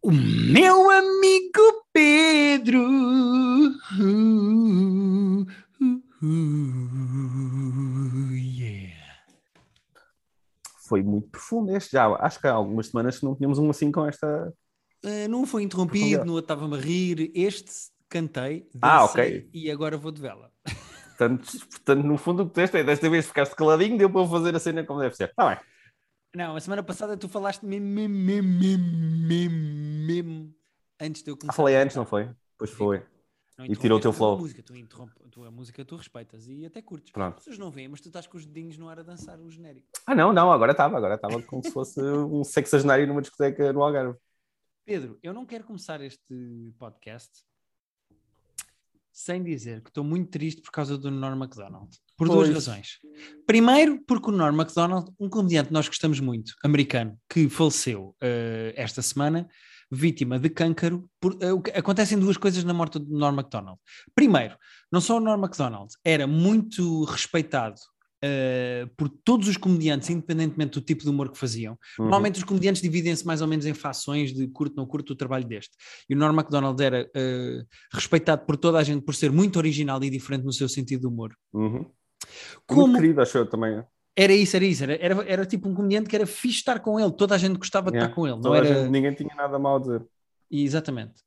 O meu amigo Pedro. Yeah. Foi muito profundo este já. Acho que há algumas semanas que não tínhamos um assim com esta... Não foi interrompido, não estava-me a rir. Este cantei, dancei ok. e agora vou de vela. Portanto, no fundo, o que teste é desta vez ficaste caladinho, deu para eu fazer a cena como deve ser. Está bem. Não, a semana passada tu falaste mesmo antes de eu começar Falei a antes, cantar. não foi? Pois Digo, foi. não E tirou o teu interrompeste a flow. música, a música tu respeitas e até curtes. Pronto. As pessoas não veem, mas tu estás com os dedinhos no ar a dançar o genérico. Não, agora estava como se fosse um sexagenário numa discoteca no Algarve. Pedro, eu não quero começar este podcast sem dizer que estou muito triste por causa do Norm Macdonald. Por duas razões. Primeiro, porque o Norm Macdonald, um comediante que nós gostamos muito, americano, que faleceu esta semana, vítima de câncer. Acontecem duas coisas na morte do Norm Macdonald. Primeiro, não só o Norm Macdonald era muito respeitado por todos os comediantes, independentemente do tipo de humor que faziam. Normalmente os comediantes dividem-se mais ou menos em fações de curto, não curto o trabalho deste. E o Norm Macdonald era respeitado por toda a gente por ser muito original e diferente no seu sentido de humor. Muito querido, acho eu também. Era tipo um comediante que era fixe estar com ele, toda a gente gostava de estar com ele. Não era... ninguém tinha nada mal a dizer. Exatamente.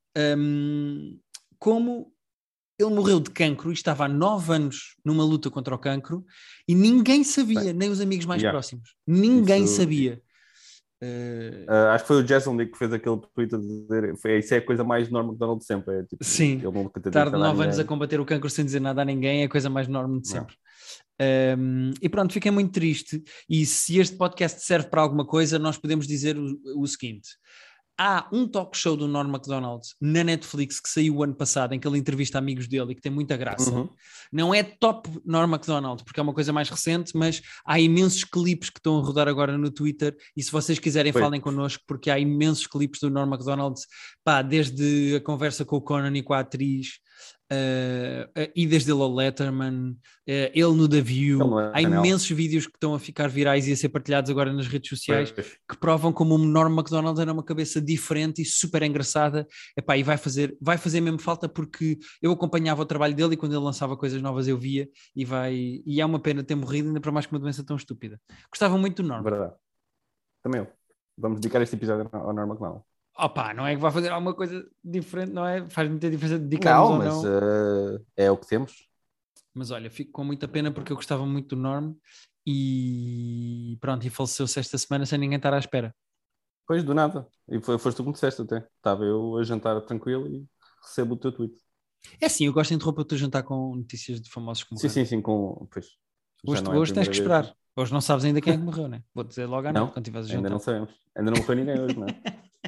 Como ele morreu de cancro e estava há 9 anos numa luta contra o cancro e ninguém sabia, nem os amigos mais próximos. Ninguém sabia. Acho que foi o Jason Lee que fez aquele tweet a dizer isso é a coisa mais normal de Donald sempre. É, tipo, sim, ele nunca estar de 9 anos a combater o cancro sem dizer nada a ninguém é a coisa mais normal de sempre. E pronto, fiquei muito triste. E se este podcast serve para alguma coisa, nós podemos dizer o seguinte: há um talk show do Norm Macdonald na Netflix que saiu o ano passado, em que ele entrevista amigos dele e que tem muita graça. Não é top Norm Macdonald, porque é uma coisa mais recente, mas há imensos clipes que estão a rodar agora no Twitter e se vocês quiserem falem connosco, porque há imensos clipes do Norm Macdonald, desde a conversa com o Conan e com a atriz, e desde ele ao Letterman, ele no The View, há imensos vídeos que estão a ficar virais e a ser partilhados agora nas redes sociais que provam como o Norm Macdonald era uma cabeça diferente e super engraçada. E vai fazer mesmo falta, porque eu acompanhava o trabalho dele e quando ele lançava coisas novas eu via e é uma pena ter morrido, ainda para mais que uma doença tão estúpida. Gostava muito do Norm. Verdade. Também eu. Vamos dedicar este episódio ao Norm Macdonald. Não é que vai fazer alguma coisa diferente, não é? Faz muita diferença dedicarmos ou não. Mas é o que temos. Mas olha, fico com muita pena porque eu gostava muito do Norm e pronto, e faleceu-se esta semana sem ninguém estar à espera. Pois, do nada. E foste tu que me disseste até. Estava eu a jantar tranquilo e recebo o teu tweet. É assim, eu gosto de interromper o teu jantar com notícias de famosos que morreram. Sim, pois. Hoje tens que esperar. Hoje não sabes ainda quem é que morreu, né? Vou dizer logo à noite quando estiveres a jantar. Ainda não sabemos. Ainda não morreu ninguém hoje, não é?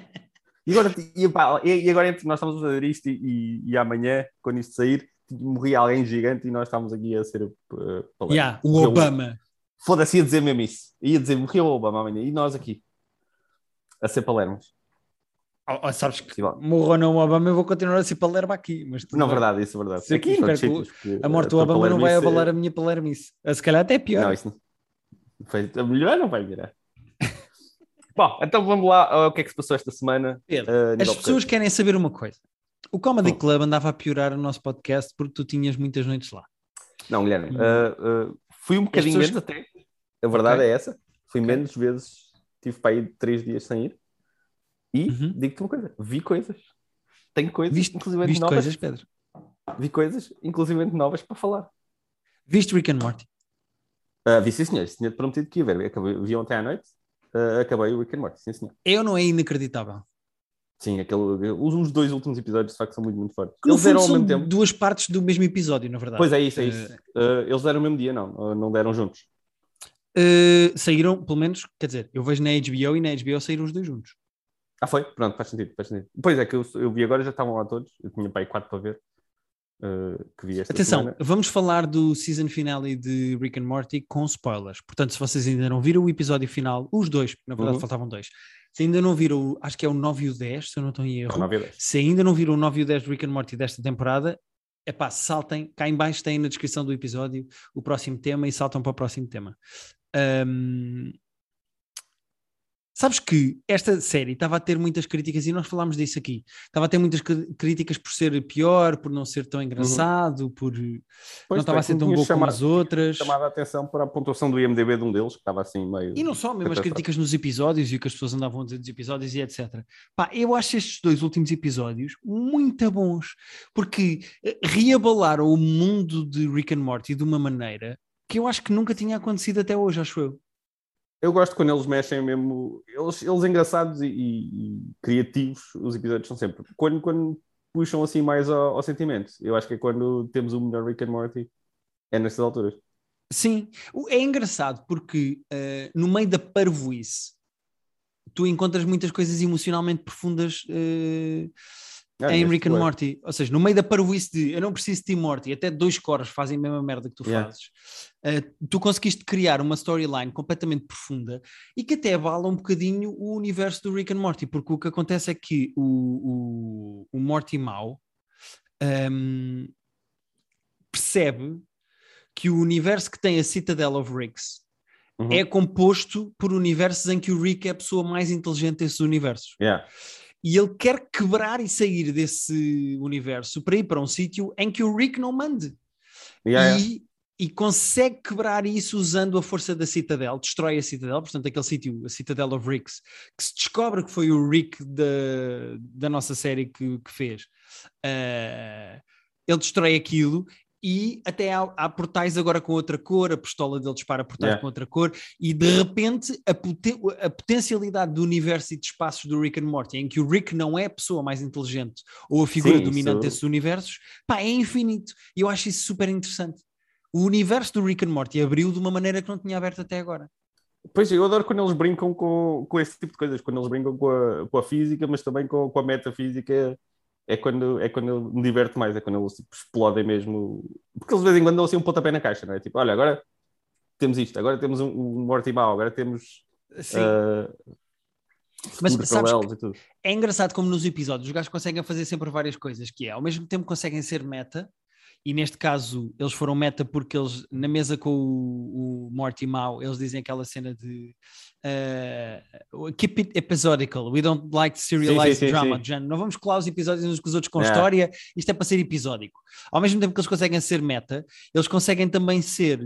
E agora entre nós estamos a fazer isto e amanhã, quando isto sair, morria alguém gigante e nós estamos aqui a ser o Obama. Foda-se, ia dizer mesmo isso. Ia dizer, morreu o Obama amanhã. E nós aqui a ser palermos. Sabes que morro ou não o Obama, eu vou continuar a ser palerma aqui. Mas não, verdade, isso é verdade. Aqui, a morte do Obama não vai abalar a minha palermice. Se calhar até é pior. Não, isso não. Melhor não vai virar. Bom, então vamos lá. O que é que se passou esta semana? Pedro, as pessoas querem saber uma coisa. O Comedy Club andava a piorar o nosso podcast porque tu tinhas muitas noites lá. Não, Guilherme. Fui um bocadinho menos até. A verdade é essa. Fui menos vezes. Tive para ir 3 dias sem ir. E digo-te uma coisa. Vi coisas. Tenho coisas, inclusive viste novas. Coisas, Pedro? Vi coisas, inclusive novas para falar. Viste Rick and Morty? Vi, sim, senhor. Tinha-te prometido que ia ver. Vi ontem à noite. Acabei o Rick and Morty, sim, senhor. Eu não é inacreditável. Sim, os 2 últimos episódios de facto são muito, muito fortes. Eles deram ao mesmo tempo. 2 partes do mesmo episódio, na verdade. Pois é isso. Eles deram o mesmo dia, não deram juntos. Saíram, pelo menos, quer dizer, eu vejo na HBO e na HBO saíram os 2 juntos. Foi? Pronto, faz sentido. Pois é que eu vi agora, já estavam lá todos. Eu tinha para aí 4 para ver. Que vi esta Atenção, semana. vamos falar do season finale de Rick and Morty com spoilers. Portanto, se vocês ainda não viram o episódio final, os 2, na verdade faltavam 2. Se ainda não viram, acho que é o 9 e o 10, se eu não estou em erro. Se ainda não viram o 9 e o 10 de Rick and Morty desta temporada, saltem, cá em baixo tem na descrição do episódio o próximo tema e saltam para o próximo tema. Sabes que esta série estava a ter muitas críticas, e nós falámos disso aqui. Estava a ter muitas críticas por ser pior, por não ser tão engraçado, por não estava a ser tão bom como as outras. Chamado a atenção para a pontuação do IMDb de um deles, que estava assim meio... E não só, mesmo as críticas nos episódios e o que as pessoas andavam a dizer dos episódios e etc. Pá, eu acho estes 2 últimos episódios muito bons, porque reabalaram o mundo de Rick and Morty de uma maneira que eu acho que nunca tinha acontecido até hoje, acho eu. Eu gosto quando eles mexem mesmo... Eles engraçados e criativos, os episódios são sempre... Quando puxam assim mais ao sentimento. Eu acho que é quando temos o melhor Rick and Morty, é nestas alturas. Sim, é engraçado porque no meio da parvoíce tu encontras muitas coisas emocionalmente profundas em Rick and Morty. Ou seja, no meio da parvoíce de eu não preciso de Tim Morty, até 2 coros fazem a mesma merda que tu fazes. Tu conseguiste criar uma storyline completamente profunda e que até abala um bocadinho o universo do Rick and Morty, porque o que acontece é que o Morty mau percebe que o universo que tem a Citadel of Ricks é composto por universos em que o Rick é a pessoa mais inteligente desses universos. E ele quer quebrar e sair desse universo para ir para um sítio em que o Rick não mande. E consegue quebrar isso usando a força da Citadel, destrói a Citadel, portanto aquele sítio, a Citadel of Ricks, que se descobre que foi o Rick da nossa série que fez. Ele destrói aquilo. E até há portais agora com outra cor, a pistola dele dispara portais com outra cor, e de repente a potencialidade do universo e de espaços do Rick and Morty, em que o Rick não é a pessoa mais inteligente ou a figura dominante desses universos, pá, é infinito. E eu acho isso super interessante. O universo do Rick and Morty abriu de uma maneira que não tinha aberto até agora. Pois, eu adoro quando eles brincam com esse tipo de coisas, quando eles brincam com a física, mas também com a metafísica. É quando eu me diverto mais, é quando eles tipo, explodem mesmo. Porque eles de vez em quando dão assim um pontapé na caixa, não é? Tipo, olha, agora temos isto, agora temos um Morty mau, agora temos mas sabes paralelos e tudo. É engraçado como nos episódios os gajos conseguem fazer sempre várias coisas, que é, ao mesmo tempo conseguem ser meta, e neste caso eles foram meta porque eles, na mesa com o Morty mau, eles dizem aquela cena de keep it episodical, we don't like serialized drama, não vamos colar os episódios uns com os outros com história, isto é para ser episódico. Ao mesmo tempo que eles conseguem ser meta, eles conseguem também ser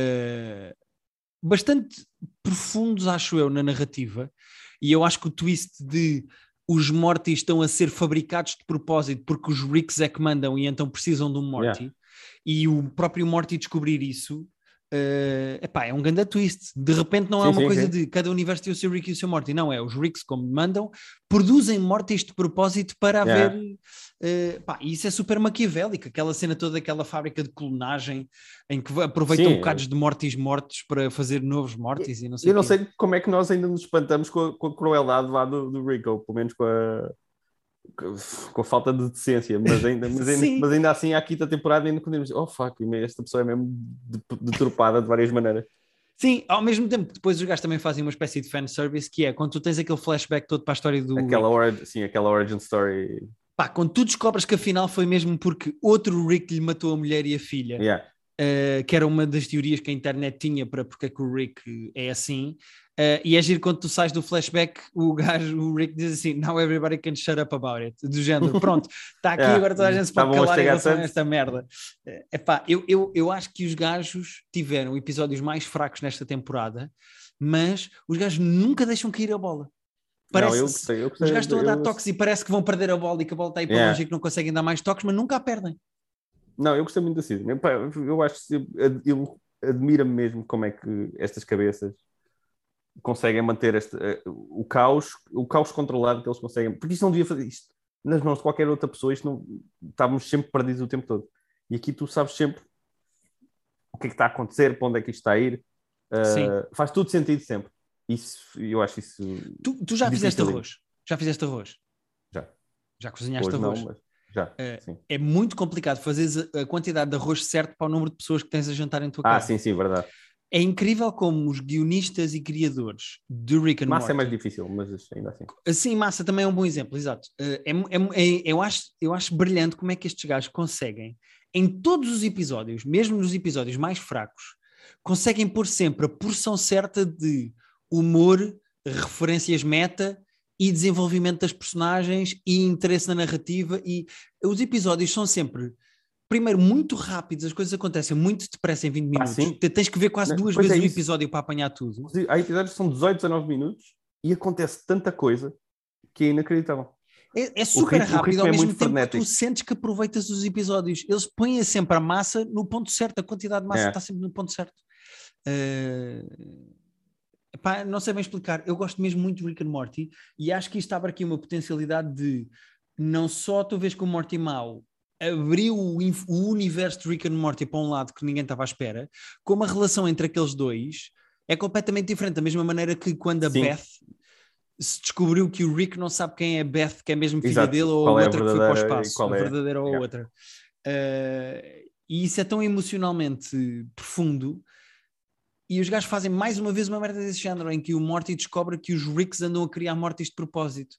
bastante profundos, acho eu, na narrativa, e eu acho que o twist de os Mortys estão a ser fabricados de propósito porque os Ricks é que mandam e então precisam de um Morty, e o próprio Morty descobrir isso é um grande twist. De repente não é uma coisa de cada universo tem o seu Rick e o seu Morty, não, é os Ricks como mandam, produzem Mortys de propósito para haver e isso é super maquiavélico, aquela cena toda, aquela fábrica de clonagem em que aproveitam bocados de Mortys mortos para fazer novos Mortys e não sei. Eu não sei como é que nós ainda nos espantamos com a crueldade lá do Rick, ou pelo menos com a falta de decência, mas ainda assim à quinta temporada ainda podemos dizer, oh fuck, esta pessoa é mesmo deturpada de várias maneiras. Sim, ao mesmo tempo que depois os gajos também fazem uma espécie de fanservice, que é quando tu tens aquele flashback todo para a história do aquela origin story. Pá, quando tu descobres que afinal foi mesmo porque outro Rick lhe matou a mulher e a filha, que era uma das teorias que a internet tinha para porque é que o Rick é assim, e é giro quando tu sais do flashback, o Rick diz assim, now everybody can shut up about it, do género, pronto, está aqui, agora toda a gente se pode calar em relação a esta merda. Eu acho que os gajos tiveram episódios mais fracos nesta temporada, mas os gajos nunca deixam cair a bola. Parece, eu gostei, os gajos estão a dar toques e parece que vão perder a bola e que a bola está aí para longe e que não conseguem dar mais toques, mas nunca a perdem. Não, eu gostei muito da season. Eu acho que eu admiro-me mesmo como é que estas cabeças conseguem manter o caos controlado que eles conseguem, porque isto não devia fazer isto nas mãos de qualquer outra pessoa, estávamos sempre perdidos o tempo todo, e aqui tu sabes sempre o que é que está a acontecer, para onde é que isto está a ir, faz tudo sentido sempre. Eu acho isso. Tu já fizeste arroz? Já fizeste arroz? Já cozinhaste hoje arroz? Não, mas já, sim. É muito complicado fazer a quantidade de arroz certo para o número de pessoas que tens a jantar em tua casa. Sim, verdade. É incrível como os guionistas e criadores de Rick and Morty... Massa é mais difícil, mas ainda assim. Sim, Massa também é um bom exemplo, exato. Eu acho brilhante como é que estes gajos conseguem, em todos os episódios, mesmo nos episódios mais fracos, conseguem pôr sempre a porção certa de humor, referências meta e desenvolvimento das personagens e interesse na narrativa, e os episódios são sempre, primeiro, muito rápidos, as coisas acontecem muito depressa em 20 minutos. Tens que ver quase duas vezes o episódio para apanhar tudo. Há episódios que são 18, 19 minutos e acontece tanta coisa que é inacreditável. É super rápido, ao mesmo tempo que tu sentes que aproveitas os episódios. Eles põem sempre a massa no ponto certo, a quantidade de massa está sempre no ponto certo. Epá, não sei bem explicar. Eu gosto mesmo muito de Rick and Morty e acho que isto abre aqui uma potencialidade de não só tu vês que o Morty mau abriu o universo de Rick and Morty para um lado que ninguém estava à espera, como a relação entre aqueles dois é completamente diferente, da mesma maneira que quando a Beth se descobriu que o Rick não sabe quem é a Beth, que é mesmo filha dele, ou a outra que foi para o espaço, a verdadeira ou a outra. E isso é tão emocionalmente profundo, e os gajos fazem mais uma vez uma merda desse género, em que o Morty descobre que os Ricks andam a criar Mortys de propósito.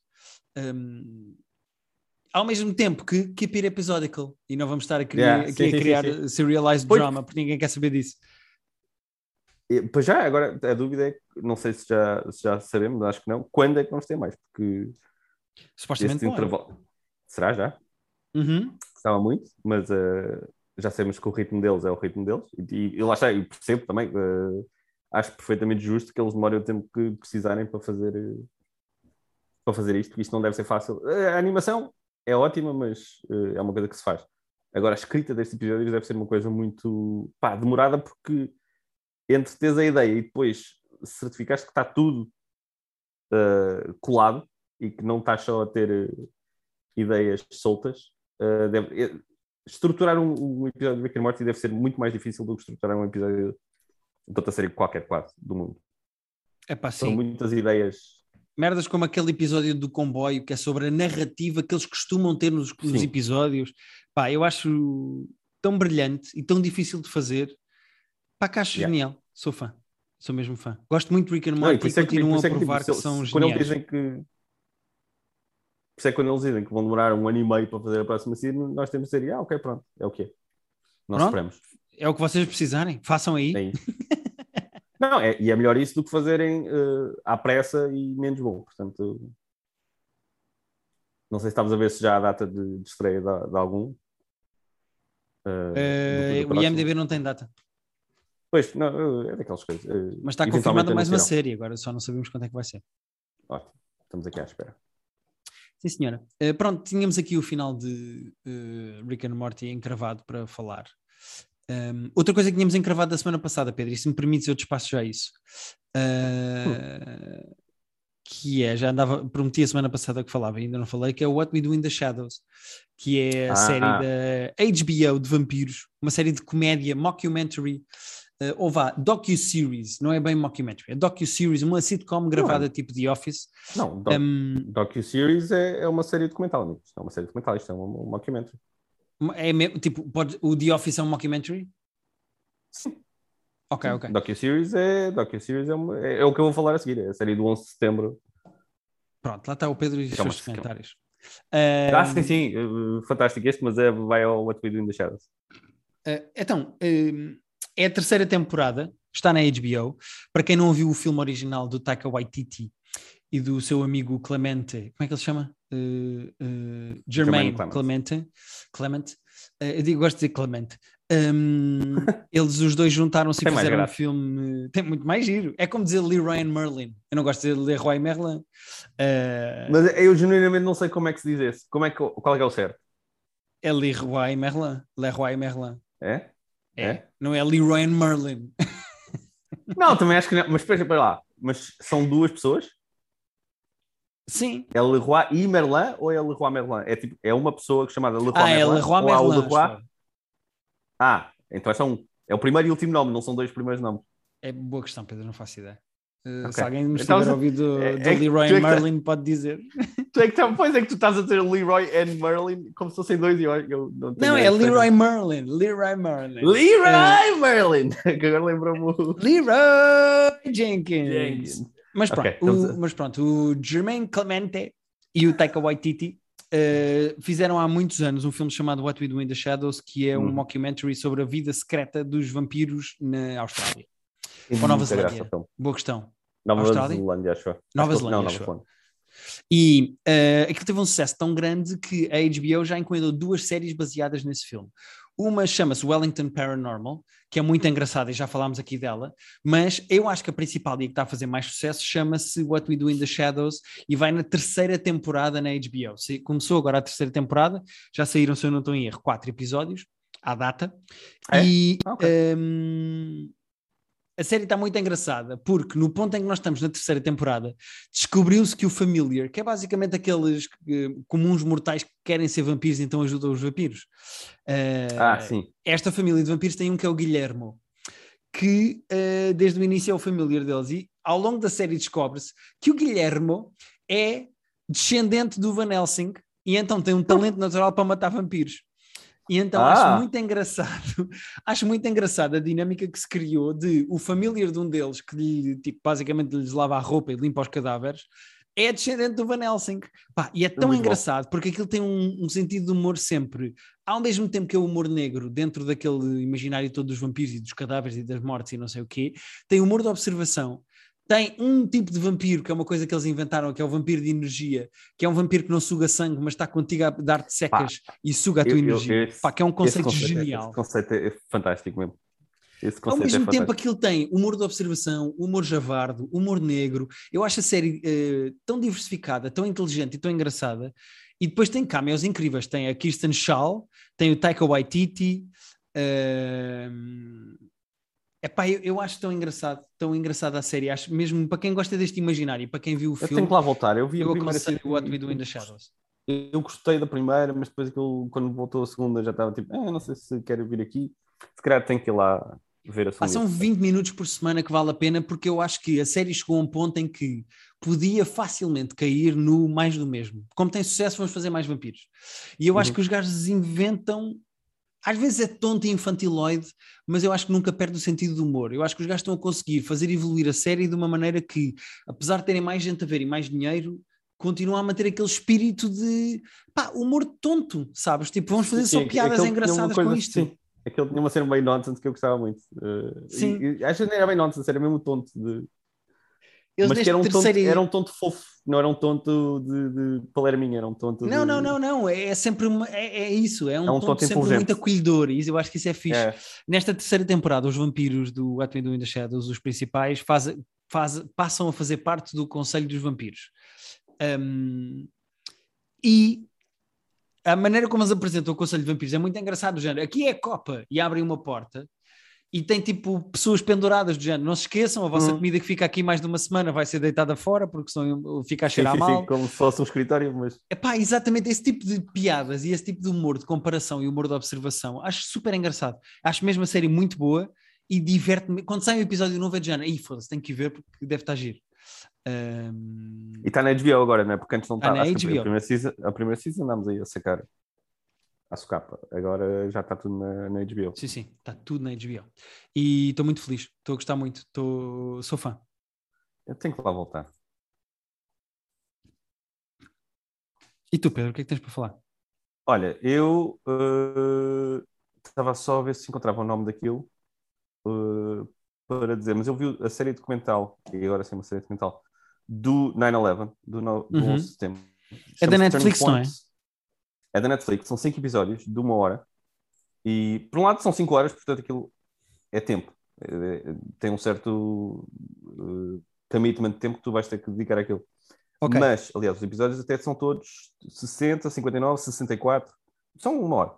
Ao mesmo tempo que Keep It Episodical, e não vamos estar a criar serialized drama, porque ninguém quer saber disso. Pois já, agora a dúvida é, não sei se já sabemos, acho que não, quando é que vamos ter mais, porque supostamente intervalo... Será já? Gostava muito, mas já sabemos que o ritmo deles é o ritmo deles, e lá está, e percebo também, acho perfeitamente justo que eles demorem o tempo que precisarem para fazer isto, porque isto não deve ser fácil. A animação é ótima, mas é uma coisa que se faz. Agora, a escrita destes episódios deve ser uma coisa muito demorada, porque entre teres a ideia e depois certificaste que está tudo colado e que não estás só a ter ideias soltas, estruturar um episódio de Rick and Morty deve ser muito mais difícil do que estruturar um episódio de outra série qualquer quase do mundo. São muitas ideias. Merdas como aquele episódio do comboio, que é sobre a narrativa que eles costumam ter nos episódios. Pá, eu acho tão brilhante e tão difícil de fazer. Pá, que acho genial. Sou fã. Sou mesmo fã. Gosto muito de Rick and Morty e continuam a provar que são geniais. Quando eles dizem que... Por isso é quando eles dizem que vão demorar 1 ano e meio para fazer a próxima série, nós temos de dizer, ok, pronto, é o que é. Nós esperamos. É o que vocês precisarem. Façam aí. É isso. Não, e é melhor isso do que fazerem à pressa e menos bom. Portanto, não sei se estavas a ver se já há data de estreia de algum. O IMDb não tem data. Pois, não, é daquelas coisas. Mas está confirmada mais uma série, agora só não sabemos quando é que vai ser. Ótimo, estamos aqui à espera. Sim, senhora. Pronto, tínhamos aqui o final de Rick and Morty encravado para falar. Outra coisa que tínhamos encravado da semana passada, Pedro, e se me permites eu despacho já isso. Que é, já prometi a semana passada que falava, ainda não falei, que é o What We Do in the Shadows, que é a série da HBO de vampiros, uma série de comédia, mockumentary, ou docu-series, não é bem mockumentary, é docu-series, uma sitcom gravada tipo The Office. Não, docu-series é uma série documental, amigos. É uma série documental, isto é um mockumentary. Tipo, o The Office é um mockumentary? Sim. Ok. Docu-series é o que eu vou falar a seguir, é a série do 11 de setembro. Pronto, lá está o Pedro e os seus comentários. Sim, fantástico este, mas vai ao What We Do in the Shadows. Então, é a terceira temporada, está na HBO. Para quem não ouviu o filme original do Taika Waititi e do seu amigo Clemente, como é que ele se chama? Jermaine Clement. Eu gosto de dizer Clemente. Eles os dois juntaram-se e fizeram um filme. Tem muito mais giro. É como dizer Leroy and Merlin. Eu não gosto de dizer Leroy Merlin. Mas eu genuinamente não sei como é que se diz esse. Qual é que é o certo? É Leroy Merlin. É? Não é Leroy and Merlin. Não, também acho que não. Mas espera lá. Mas são duas pessoas? Sim. É Leroy e Merlin ou é Leroy Merlin? É uma pessoa chamada Leroy Merlin? É Leroy Merlin. Então é só um. É o primeiro e último nome, não são dois primeiros nomes. É boa questão, Pedro, não faço ideia. Se alguém me estiver a ouvir do Leroy and Merlin, pode dizer. Pois é que tu estás a dizer Leroy and Merlin como se fossem dois e eu não é Leroy Merlin. Leroy Merlin! Que agora lembrou-me o... Leroy Jenkins. Mas pronto, o Jermaine Clemente e o Taika Waititi fizeram há muitos anos um filme chamado What We Do in the Shadows, que é um mockumentary sobre a vida secreta dos vampiros na Austrália. Ou Nova Zelândia. Boa questão. Nova Austrália? Zelândia, acho. Nova Não, Zelândia, Nova acho. Zelândia. E aquilo teve um sucesso tão grande que a HBO já encomendou 2 séries baseadas nesse filme. Uma chama-se Wellington Paranormal, que é muito engraçada e já falámos aqui dela, mas eu acho que a principal e que está a fazer mais sucesso chama-se What We Do in the Shadows e vai na 3ª temporada na HBO. Começou agora a 3ª temporada, já saíram, se eu não estou em erro, 4 episódios à data. E a série está muito engraçada, porque no ponto em que nós estamos na 3ª temporada, descobriu-se que o Familiar, que é basicamente aqueles comuns mortais que querem ser vampiros e então ajudam os vampiros. Sim. Esta família de vampiros tem um que é o Guilhermo, que desde o início é o Familiar deles, e ao longo da série descobre-se que o Guilhermo é descendente do Van Helsing e então tem um talento natural para matar vampiros. E então acho muito engraçado a dinâmica que se criou de o familiar de um deles, que basicamente lhes lava a roupa e limpa os cadáveres, é descendente do Van Helsing. E é tão engraçado, porque aquilo tem um sentido de humor sempre, ao mesmo tempo que é o humor negro, dentro daquele imaginário todo dos vampiros e dos cadáveres e das mortes e não sei o quê, tem humor de observação. Tem um tipo de vampiro, que é uma coisa que eles inventaram, que é o vampiro de energia, que é um vampiro que não suga sangue, mas está contigo a dar-te secas e suga a tua energia. Que é um conceito genial. Esse conceito é fantástico mesmo. Ao mesmo tempo, aquilo tem humor de observação, humor javardo, humor negro. Eu acho a série tão diversificada, tão inteligente e tão engraçada. E depois tem cameos incríveis. Tem a Kirsten Shaw, tem o Taika Waititi... eu acho tão engraçado a série, acho mesmo para quem gosta deste imaginário, para quem viu o filme. Eu tenho que lá voltar, eu vi a primeira série What We Do in the Shadows. Eu gostei da primeira, mas depois quando voltou a segunda já estava tipo, não sei se quero vir aqui, se calhar tenho que ir lá ver a segunda. São 20 minutos por semana que vale a pena, porque eu acho que a série chegou a um ponto em que podia facilmente cair no mais do mesmo. Como tem sucesso, vamos fazer mais vampiros. E eu acho que os gajos inventam. Às vezes é tonto e infantiloide, mas eu acho que nunca perde o sentido do humor. Eu acho que os gajos estão a conseguir fazer evoluir a série de uma maneira que, apesar de terem mais gente a ver e mais dinheiro, continua a manter aquele espírito de humor tonto, sabes? Tipo, vamos fazer só piadas engraçadas com isto. Sim, aquele tinha uma cena bem nonsense que eu gostava muito. Sim. Acho que não era bem nonsense, era mesmo tonto de... Eles mas que era um tonto fofo, não era um tonto de palerminha, era um tonto Não, é sempre é isso, é um tonto sempre inteligente. muito acolhedor, e eu acho que isso é fixe. Nesta 3ª temporada, os vampiros do What We Do in the Shadows, os principais, passam a fazer parte do Conselho dos Vampiros. E a maneira como eles apresentam o Conselho de Vampiros é muito engraçado, do género, aqui é a Copa, e abrem uma porta, e tem tipo pessoas penduradas do género, não se esqueçam, a vossa comida que fica aqui mais de uma semana vai ser deitada fora, porque senão fica a cheirar mal. Sim, como se fosse um escritório, mas... Exatamente, esse tipo de piadas e esse tipo de humor de comparação e humor de observação, acho super engraçado. Acho mesmo a série muito boa e diverte-me. Quando sai um episódio novo é de género, foda-se, tenho que ir ver porque deve estar giro. E está na HBO agora, não é? Porque antes não estava. Na HBO. A primeira season andámos aí a sacar a socapa. Agora já está tudo na HBO. Sim, está tudo na HBO. E estou muito feliz, estou a gostar muito, sou fã. Eu tenho que lá voltar. E tu, Pedro, o que é que tens para falar? Olha, eu estava só a ver se encontrava o nome daquilo para dizer, mas eu vi a série documental, e agora sim uma série documental, do 9/11, do 11 de setembro. É da Netflix, não é? É da Netflix, são 5 episódios de 1 hora. E por um lado são 5 horas, portanto aquilo é tempo. Tem um certo commitment de tempo que tu vais ter que dedicar àquilo. Okay. Mas, aliás, os episódios até são todos 60, 59, 64. São 1 hora.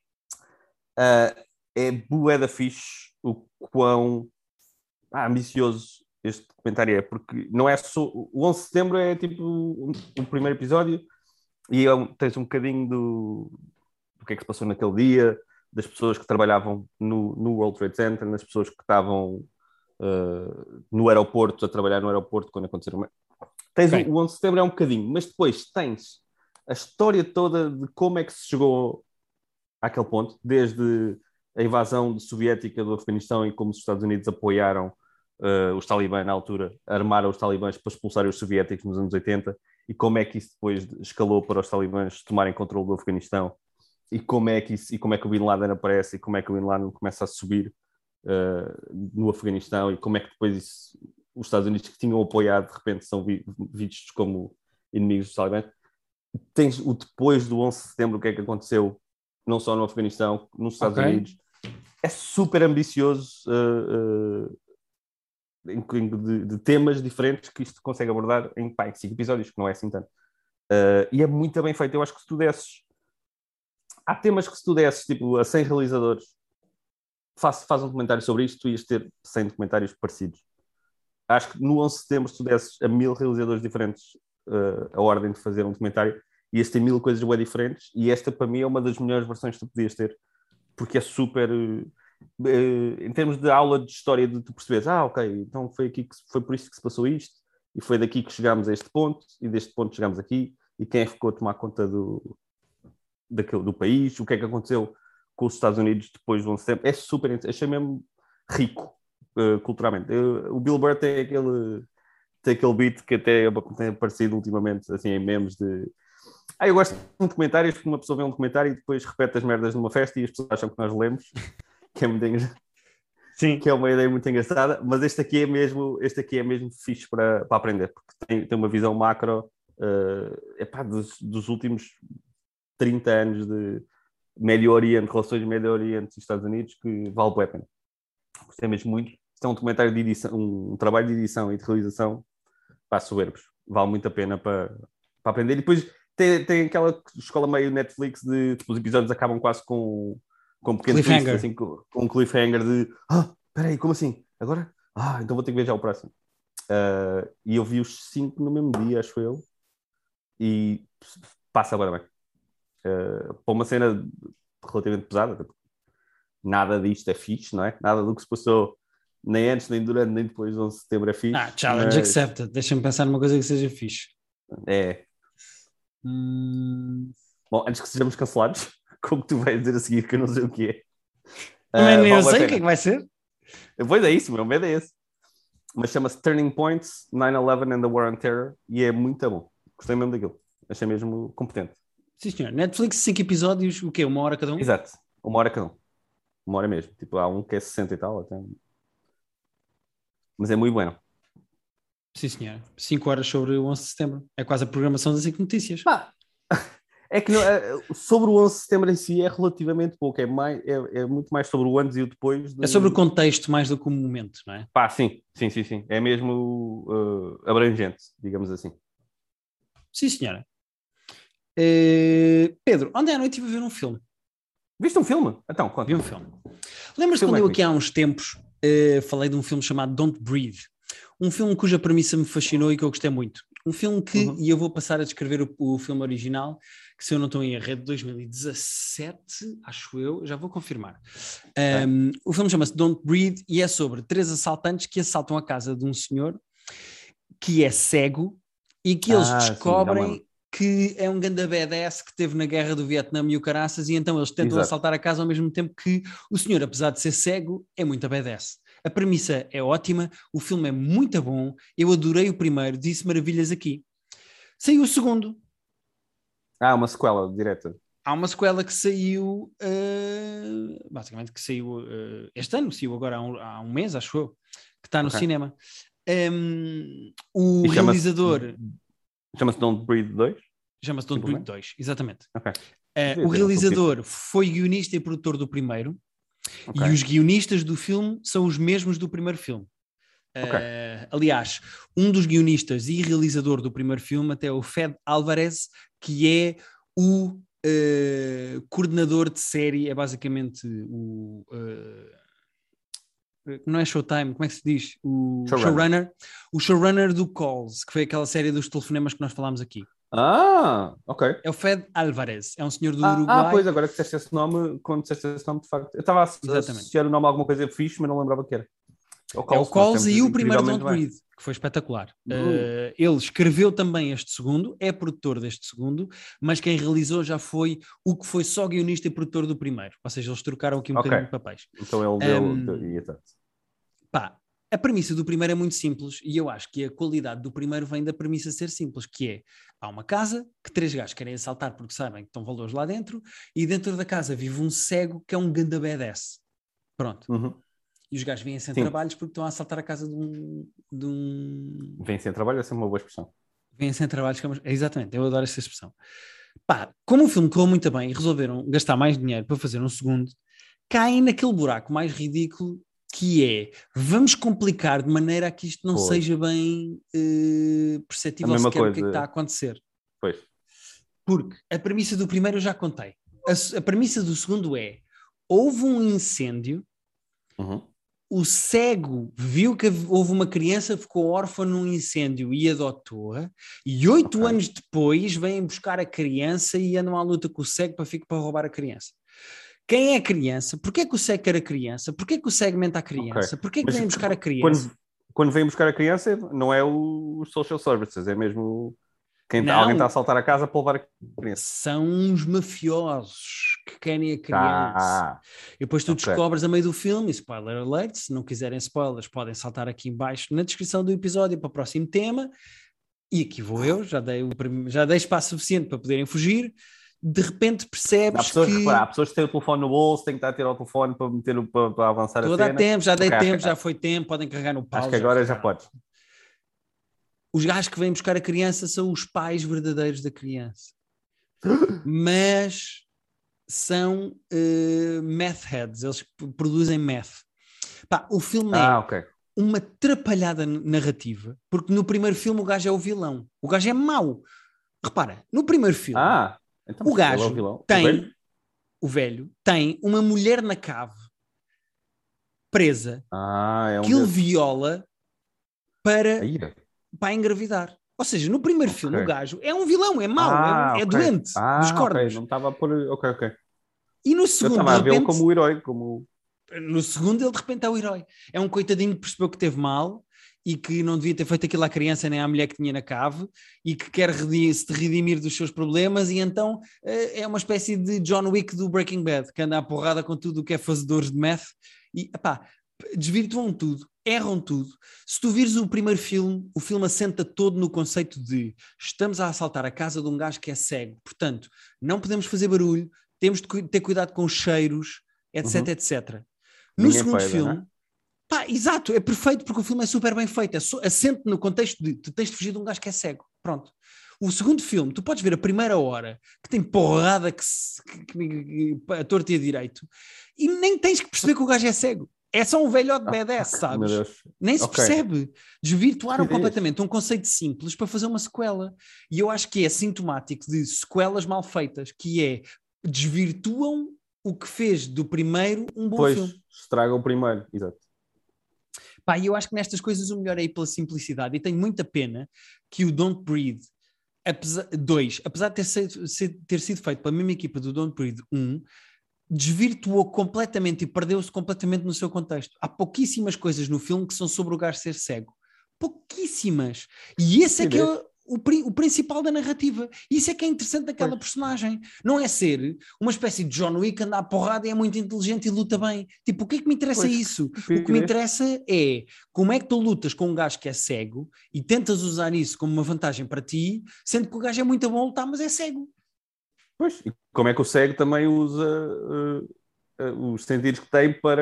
É bué da fixe o quão ambicioso este documentário é, porque não é só... O 11 de setembro é tipo o primeiro episódio e tens um bocadinho do que é que se passou naquele dia, das pessoas que trabalhavam no World Trade Center, das pessoas que estavam no aeroporto, a trabalhar no aeroporto quando aconteceram... Tens o 11 de setembro é um bocadinho, mas depois tens a história toda de como é que se chegou àquele ponto, desde a invasão soviética do Afeganistão e como os Estados Unidos apoiaram os talibãs na altura, armaram os talibãs para expulsarem os soviéticos nos anos 80, e como é que isso depois escalou para os talibãs tomarem controle do Afeganistão, e como é que o Bin Laden aparece, e como é que o Bin Laden começa a subir no Afeganistão, e como é que depois isso os Estados Unidos que tinham apoiado, de repente são vistos como inimigos dos talibãs. Tens o depois do 11 de setembro, o que é que aconteceu, não só no Afeganistão, nos Estados Unidos. É super ambicioso de temas diferentes que isto consegue abordar em 5 episódios, que não é assim tanto. E é muito bem feito. Eu acho que se tu desses... Há temas que se tu desses, tipo, a 100 realizadores, faz um documentário sobre isto, tu ias ter 100 documentários parecidos. Acho que no 11 de setembro, se tu desses a 1000 realizadores diferentes a ordem de fazer um documentário, ias ter 1000 coisas bem diferentes, e esta, para mim, é uma das melhores versões que tu podias ter, porque é super... em termos de aula de história, de tu perceberes, ok, então foi por isto que se passou isto, e foi daqui que chegámos a este ponto, e deste ponto chegámos aqui, e quem é que ficou a tomar conta do país, o que é que aconteceu com os Estados Unidos depois do 11 de setembro. É super interessante, achei mesmo rico culturalmente. O Bill Burr tem aquele beat que até tem aparecido ultimamente assim, em memes de eu gosto de documentários, porque uma pessoa vê um documentário e depois repete as merdas numa festa e as pessoas acham que nós lemos, que é muito engraçado. Sim. Que é uma ideia muito engraçada, mas este aqui é mesmo fixe para aprender, porque tem uma visão macro dos últimos 30 anos de Médio Oriente, relações Médio Oriente e Estados Unidos, que vale a pena. Gostei mesmo muito. Isto é um documentário de edição, um trabalho de edição e de realização para soberbos. Vale muito a pena para aprender. E depois tem aquela escola meio Netflix de tipo, os episódios acabam quase com pequeno twist, assim, com um cliffhanger de espera aí, como assim? Agora? Então vou ter que ver já o próximo. E eu vi os 5 no mesmo dia, acho eu. E passa agora bem. Para uma cena relativamente pesada, nada disto é fixe, não é? Nada do que se passou nem antes, nem durante, nem depois do 11 de setembro é fixe. Challenge accepted. Deixa-me pensar numa coisa que seja fixe. Bom, antes que sejamos cancelados, como tu vais dizer a seguir, que eu não sei o que é. Também nem eu sei o que é que vai ser. Pois é isso, meu medo é esse. Mas chama-se Turning Points, 9/11 and the War on Terror, e é muito bom. Gostei mesmo daquilo. Achei mesmo competente. Sim, senhor. Netflix, 5 episódios, o quê? 1 hora cada um? Exato. 1 hora cada um. 1 hora mesmo. Tipo, há um que é 60 e tal. Até. Mas é muito bueno. Sim, senhor. 5 horas sobre o 11 de setembro. É quase a programação das 5 notícias. É que sobre o 11 de setembro em si é relativamente pouco. É muito mais sobre o antes e o depois. É sobre o contexto mais do que o momento, não é? Sim. É mesmo abrangente, digamos assim. Sim, senhora. Pedro, ontem à noite estive a ver um filme. Viste um filme? Então, conta. Vi um filme. Lembras-te quando eu aqui há uns tempos falei de um filme chamado Don't Breathe? Um filme cuja premissa me fascinou e que eu gostei muito. Um filme que, e eu vou passar a descrever o filme original, que se eu não estou em erro é de 2017, acho eu, já vou confirmar. O filme chama-se Don't Breathe e é sobre 3 assaltantes que assaltam a casa de um senhor que é cego e que eles descobrem que é um ganda badass que teve na guerra do Vietnã e o caraças, e então eles tentam assaltar a casa ao mesmo tempo que o senhor, apesar de ser cego, é muito badass. A premissa é ótima, o filme é muito bom, eu adorei o primeiro, disse maravilhas aqui. Saiu o segundo. Uma sequela direta. Há uma sequela que saiu, basicamente que saiu este ano, saiu agora há um mês, acho eu, que está no cinema. O realizador... Chama-se Don't Breathe 2? Chama-se Don't Breathe 2, exatamente. Okay. O realizador foi guionista e produtor do primeiro, e os guionistas do filme são os mesmos do primeiro filme. Aliás, um dos guionistas e realizador do primeiro filme até é o Fed Alvarez, que é o coordenador de série, é basicamente o... não é Showtime, como é que se diz? O showrunner. O showrunner do Calls, que foi aquela série dos telefonemas que nós falámos aqui. Ok. É o Fed Alvarez, é um senhor do Uruguai. Pois, agora que disseste esse nome, quando disseste esse nome, de facto, eu estava a associar o nome a alguma coisa fixe, mas não lembrava que era. É o Calls e o primeiro Don't Breathe, que foi espetacular. Ele escreveu também este segundo, é produtor deste segundo, mas quem realizou já foi o que foi só guionista e produtor do primeiro. Ou seja, eles trocaram aqui um bocadinho de papéis. Então ele deu... A premissa do primeiro é muito simples e eu acho que a qualidade do primeiro vem da premissa ser simples, que é, há uma casa que 3 gajos querem assaltar porque sabem que estão valores lá dentro, e dentro da casa vive um cego que é um ganda badass. Pronto. E os gajos vêm sem trabalhos porque estão a assaltar a casa de um... Vêm sem trabalho, essa é uma boa expressão. Vêm sem trabalhos, exatamente, eu adoro essa expressão. Pá, como o filme correu muito bem e resolveram gastar mais dinheiro para fazer um segundo, caem naquele buraco mais ridículo que é, vamos complicar de maneira a que isto não seja bem perceptível sequer o que é que está a acontecer. Pois. Porque a premissa do primeiro eu já contei. A premissa do segundo é, houve um incêndio, o cego viu que houve uma criança, ficou órfã num incêndio e adotou-a, e 8 anos depois vêm buscar a criança e andam à luta com o cego para roubar a criança. Quem é a criança? Porquê que o cego quer a criança? Porquê que o cego mente a criança? Porquê que vêm buscar a criança? Quando vêm buscar a criança, não é os social services, é mesmo alguém está a assaltar a casa para levar a criança. São os mafiosos que querem a criança. E depois tu descobres a meio do filme, spoiler alert, se não quiserem spoilers, podem saltar aqui em baixo na descrição do episódio para o próximo tema. E aqui vou eu, já dei espaço suficiente para poderem fugir. De repente percebes há pessoas que têm o telefone no bolso, têm que estar a tirar o telefone para meter para avançar a cena. Dá tempo, já dei tempo, já foi tempo, podem carregar no pause. Acho que agora já podes. Os gajos que vêm buscar a criança são os pais verdadeiros da criança. Mas são meth heads, eles produzem meth. Pá, o filme é uma atrapalhada narrativa, porque no primeiro filme o gajo é o vilão. O gajo é mau. Repara, no primeiro filme... Então, o gajo tem, o velho, tem uma mulher na cave presa que ele viola para engravidar. Ou seja, no primeiro filme o gajo é um vilão, é mau, é doente dos cornos. Não estava por... E no segundo, eu estava a vê-lo como o herói. No segundo ele de repente é o herói. É um coitadinho que percebeu que teve mal e que não devia ter feito aquilo à criança nem à mulher que tinha na cave e que quer se redimir dos seus problemas, e então é uma espécie de John Wick do Breaking Bad, que anda à porrada com tudo o que é fazedores de meth e desvirtuam tudo, erram tudo. Se tu vires o primeiro filme, o filme assenta todo no conceito de estamos a assaltar a casa de um gajo que é cego, portanto não podemos fazer barulho, temos de ter cuidado com os cheiros, etc, etc. No segundo filme, exato, é perfeito porque o filme é super bem feito, assente no contexto de tu tens de fugir de um gajo que é cego, pronto. O segundo filme, tu podes ver a primeira hora que tem porrada que a torta e a direito e nem tens que perceber que o gajo é cego, é só um velhote badass, sabes? Nem se percebe. Desvirtuaram completamente um conceito simples para fazer uma sequela, e eu acho que é sintomático de sequelas mal feitas, que é desvirtuam o que fez do primeiro um bom filme. Estraga o primeiro, exato. E eu acho que nestas coisas o melhor é ir pela simplicidade, e tenho muita pena que o Don't Breathe, apesar de ter sido feito pela mesma equipa do Don't Breathe 1, desvirtuou completamente e perdeu-se completamente no seu contexto. Há pouquíssimas coisas no filme que são sobre o gajo ser cego. Pouquíssimas. E esse é que é o principal da narrativa. Isso é que é interessante daquela personagem. Não é ser uma espécie de John Wick, anda à porrada e é muito inteligente e luta bem. Tipo, o que é que me interessa isso? O que me interessa é como é que tu lutas com um gajo que é cego e tentas usar isso como uma vantagem para ti, sendo que o gajo é muito bom a lutar, mas é cego. Pois, e como é que o cego também usa os sentidos que tem para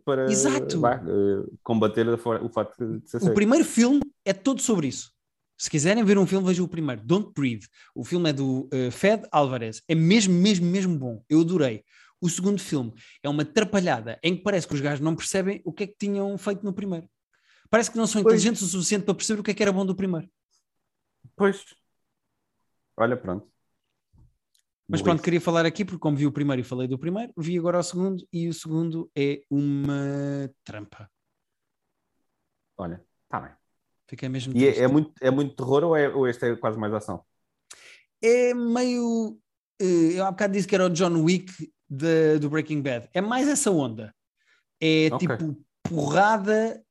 combater o facto de ser cego. O primeiro filme é todo sobre isso. Se quiserem ver um filme, vejam o primeiro, Don't Breathe. O filme é do Fede Álvarez. É mesmo bom. Eu adorei. O segundo filme é uma atrapalhada em que parece que os gajos não percebem o que é que tinham feito no primeiro. Parece que não são inteligentes o suficiente para perceber o que era bom do primeiro. Pois. Olha, pronto. Mas pronto, queria falar aqui porque como vi o primeiro e falei do primeiro, vi agora o segundo e o segundo é uma trampa. Olha, está bem. Fiquei mesmo triste. E é muito terror ou este é quase mais ação? É meio... Eu há bocado disse que era o John Wick do Breaking Bad. É mais essa onda. É tipo porrada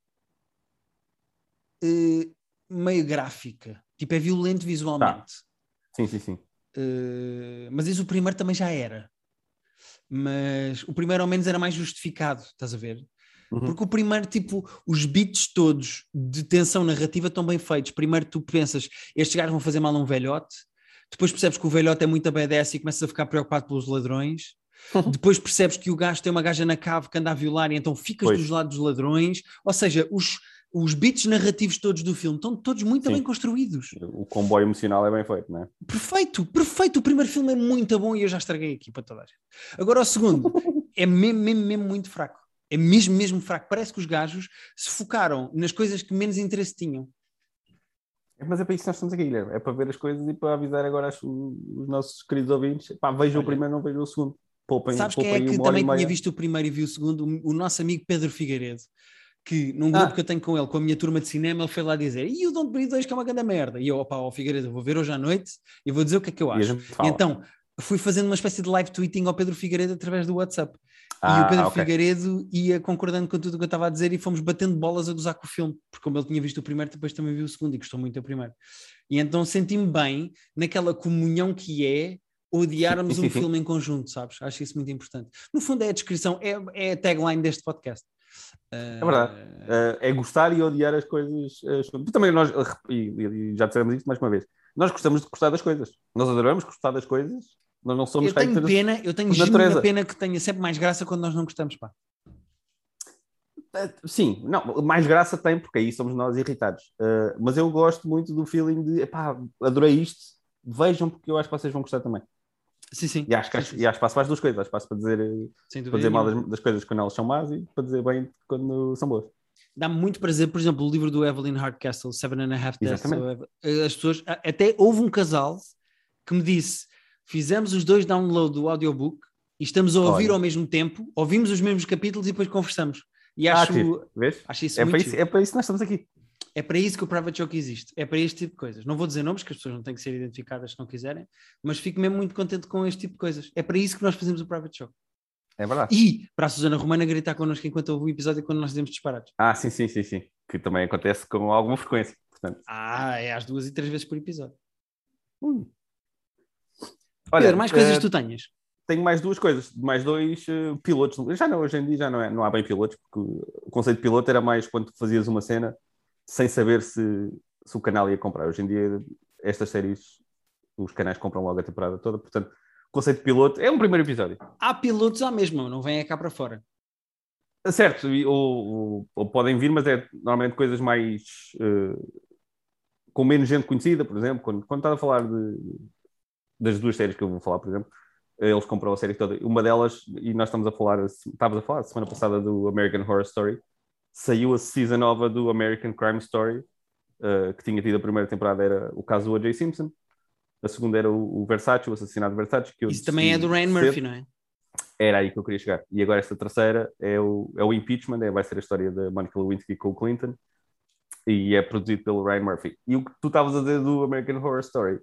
meio gráfica. Tipo, é violento visualmente. Tá. Sim. Mas isso o primeiro também já era. Mas o primeiro ao menos era mais justificado, estás a ver? Porque o primeiro, tipo, os beats todos de tensão narrativa estão bem feitos. Primeiro tu pensas, estes gajos vão fazer mal a um velhote. Depois percebes que o velhote é muito badass e começas a ficar preocupado pelos ladrões. Depois percebes que o gajo tem uma gaja na cave que anda a violar e então ficas dos lados dos ladrões. Ou seja, os beats narrativos todos do filme estão todos muito bem construídos. O comboio emocional é bem feito, não é? Perfeito. O primeiro filme é muito bom e eu já estraguei aqui para toda a gente. Agora o segundo é mesmo muito fraco. É mesmo fraco. Parece que os gajos se focaram nas coisas que menos interesse tinham. Mas é para isso que nós estamos aqui, Guilherme. É para ver as coisas e para avisar agora os nossos queridos ouvintes. Pá, vejam o primeiro, não vejam o segundo. Sabes quem é que também tinha visto o primeiro e viu o segundo? O nosso amigo Pedro Figueiredo. Que num grupo que eu tenho com ele, com a minha turma de cinema, ele foi lá dizer: e o Don't Breathe 2 que é uma grande merda. E eu, Figueiredo, vou ver hoje à noite e vou dizer o que é que eu acho. E então fui fazendo uma espécie de live tweeting ao Pedro Figueiredo através do WhatsApp. E o Pedro Figueiredo ia concordando com tudo o que eu estava a dizer e fomos batendo bolas a gozar com o filme, porque como ele tinha visto o primeiro, depois também viu o segundo e gostou muito do primeiro. E então senti-me bem naquela comunhão que é odiarmos um filme em conjunto, sabes? Acho isso muito importante. No fundo é a descrição, é a tagline deste podcast. É verdade. É gostar e odiar as coisas. Também nós, e já dissemos isto mais uma vez, nós gostamos de gostar das coisas. Nós adoramos gostar das coisas. Nós não somos eu tenho genuína pena que tenha sempre mais graça quando nós não gostamos, pá. Sim, não, mais graça tem, porque aí somos nós irritados. Mas eu gosto muito do feeling de, epá, adorei isto, vejam, porque eu acho que vocês vão gostar também. Sim. E acho que há espaço para as duas coisas. Há espaço para dizer mal das coisas quando elas são más e para dizer bem quando são boas. Dá-me muito prazer, por exemplo, o livro do Evelyn Hardcastle, Seven and a Half Deaths. As pessoas, até houve um casal que me disse: fizemos os dois download do audiobook e estamos a ouvir ao mesmo tempo, ouvimos os mesmos capítulos e depois conversamos. E acho isso muito é para isso que nós estamos aqui. É para isso que o Private Joke existe. É para este tipo de coisas. Não vou dizer nomes, que as pessoas não têm que ser identificadas se não quiserem, mas fico mesmo muito contente com este tipo de coisas. É para isso que nós fazemos o Private Joke. É verdade. E para a Susana Romana gritar connosco enquanto ouve o episódio quando nós dizemos disparados. Sim. Que também acontece com alguma frequência. Portanto. É às 2 e 3 vezes por episódio. Olha, Pedro, mais coisas que tu tenhas? Tenho mais duas coisas, mais dois pilotos. Hoje em dia já não há bem pilotos, porque o conceito de piloto era mais quando fazias uma cena sem saber se o canal ia comprar. Hoje em dia, estas séries, os canais compram logo a temporada toda, portanto, o conceito de piloto é um primeiro episódio. Há pilotos à mesma, não vêm cá para fora. Certo, ou podem vir, mas é normalmente coisas mais com menos gente conhecida, por exemplo, quando estás a falar das duas séries que eu vou falar, por exemplo, eles compram a série toda. Uma delas, e nós estávamos a falar semana passada do American Horror Story, saiu a season nova do American Crime Story, que tinha tido a primeira temporada, era o caso do O.J. Simpson, a segunda era o Versace, o assassinato de Versace. Isso também é do Ryan Murphy, não é? Era aí que eu queria chegar. E agora esta terceira é o Impeachment, vai ser a história da Monica Lewinsky com o Clinton, e é produzido pelo Ryan Murphy. E o que tu estavas a dizer do American Horror Story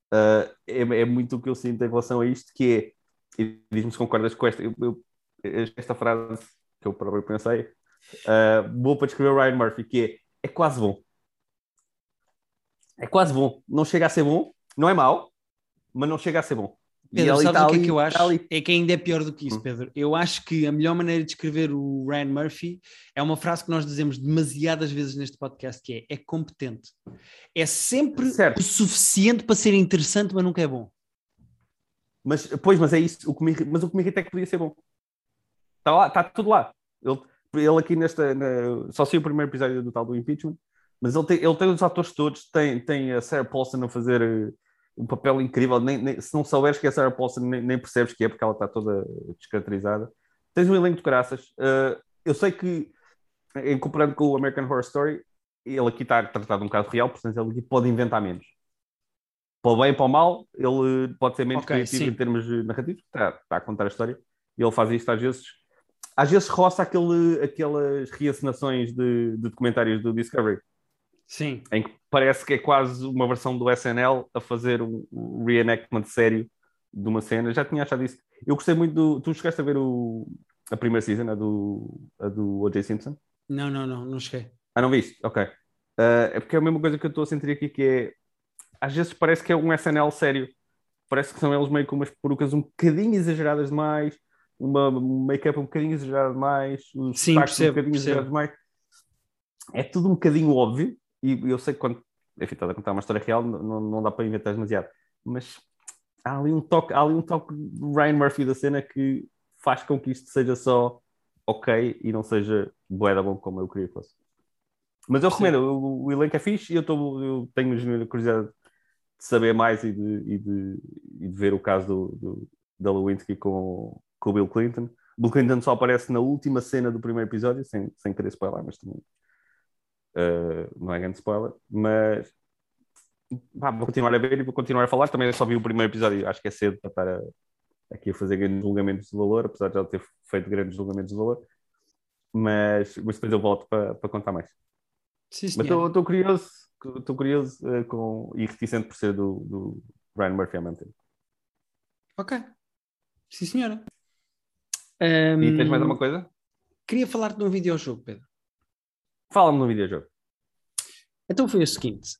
é muito o que eu sinto em relação a isto, que é, e diz-me se concordas com esta frase que eu próprio pensei, boa para descrever o Ryan Murphy, que é quase bom. É quase bom. Não chega a ser bom, não é mau, mas não chega a ser bom. Pedro, sabes o que é que eu acho? É que ainda é pior do que isso, Pedro. Eu acho que a melhor maneira de descrever o Ryan Murphy é uma frase que nós dizemos demasiadas vezes neste podcast, que é competente. É sempre o suficiente para ser interessante, mas nunca é bom. Mas é isso. Mas o que me irrita é que podia ser bom. Está lá, está tudo lá. Ele aqui só saiu o primeiro episódio do tal do Impeachment, mas ele tem os atores todos, tem a Sarah Paulson a fazer um papel incrível, se não souberes que é a Sarah Paulson, nem percebes que é, porque ela está toda descaracterizada. Tens um elenco de caraças. Eu sei que, comparando com o American Horror Story, ele aqui está tratado um bocado real, portanto ele aqui pode inventar menos. Para o bem e para o mal, ele pode ser menos criativo em termos narrativos, está a contar a história, e ele faz isto às vezes roça aquelas reencenações de documentários do Discovery. Sim. Em que parece que é quase uma versão do SNL a fazer um reenactment sério de uma cena. Já tinha achado isso. Eu gostei muito Tu chegaste a ver a primeira season, a do O.J. Simpson? Não cheguei. Não viste? Ok. É porque é a mesma coisa que eu estou a sentir aqui, que é... Às vezes parece que é um SNL sério. Parece que são eles meio com umas perucas um bocadinho exageradas demais, uma make-up um bocadinho exagerada demais, os destaques um bocadinho exagerados demais. É tudo um bocadinho óbvio. E eu sei que quando, enfim, estás a contar uma história real, não dá para inventar demasiado, mas há ali um toque do Ryan Murphy da cena que faz com que isto seja só ok e não seja bué da bom como eu queria que fosse. Mas eu recomendo, o elenco é fixe e eu tenho genuína curiosidade de saber mais e de ver o caso da Lewinsky com o Bill Clinton. Bill Clinton só aparece na última cena do primeiro episódio, sem querer spoiler, mas também não é grande spoiler. Mas vou continuar a ver e vou continuar a falar. Também só vi o primeiro episódio, acho que é cedo para estar aqui a fazer grandes julgamentos de valor, apesar de já ter feito grandes julgamentos de valor. Mas depois eu volto para contar mais. Sim, mas estou curioso e reticente por ser do Ryan Murphy a manter. Ok. Sim, senhora. E tens mais alguma coisa? Queria falar-te de um videojogo, Pedro. Fala-me de um videojogo. Então foi o seguinte.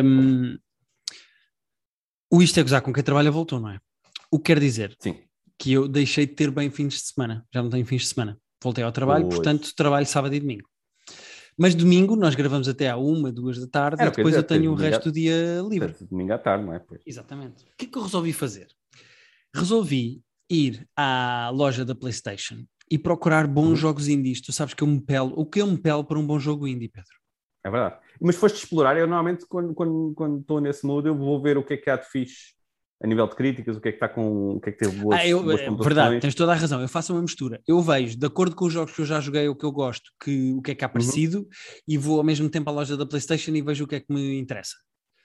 O Isto é Gozar com quem trabalha voltou, não é? O que quer dizer Sim. Que eu deixei de ter bem fins de semana. Já não tenho fins de semana. Voltei ao trabalho, portanto trabalho sábado e domingo. Mas domingo nós gravamos até à 1, 2 da tarde e depois eu tenho o resto do dia livre. Domingo à tarde, não é? Pois. Exatamente. O que é que eu resolvi fazer? Resolvi ir à loja da PlayStation e procurar bons jogos indies. Tu sabes que eu me pelo. O que eu me pelo para um bom jogo indie, Pedro? É verdade. Mas foste explorar. Eu normalmente, quando estou nesse mood, eu vou ver o que é que há de fixe a nível de críticas, o que é que está com. O que é que teve boas pontuações. Verdade, tens toda a razão. Eu faço uma mistura. Eu vejo, de acordo com os jogos que eu já joguei, o que eu gosto, o que é que há parecido, e vou ao mesmo tempo à loja da PlayStation e vejo o que é que me interessa.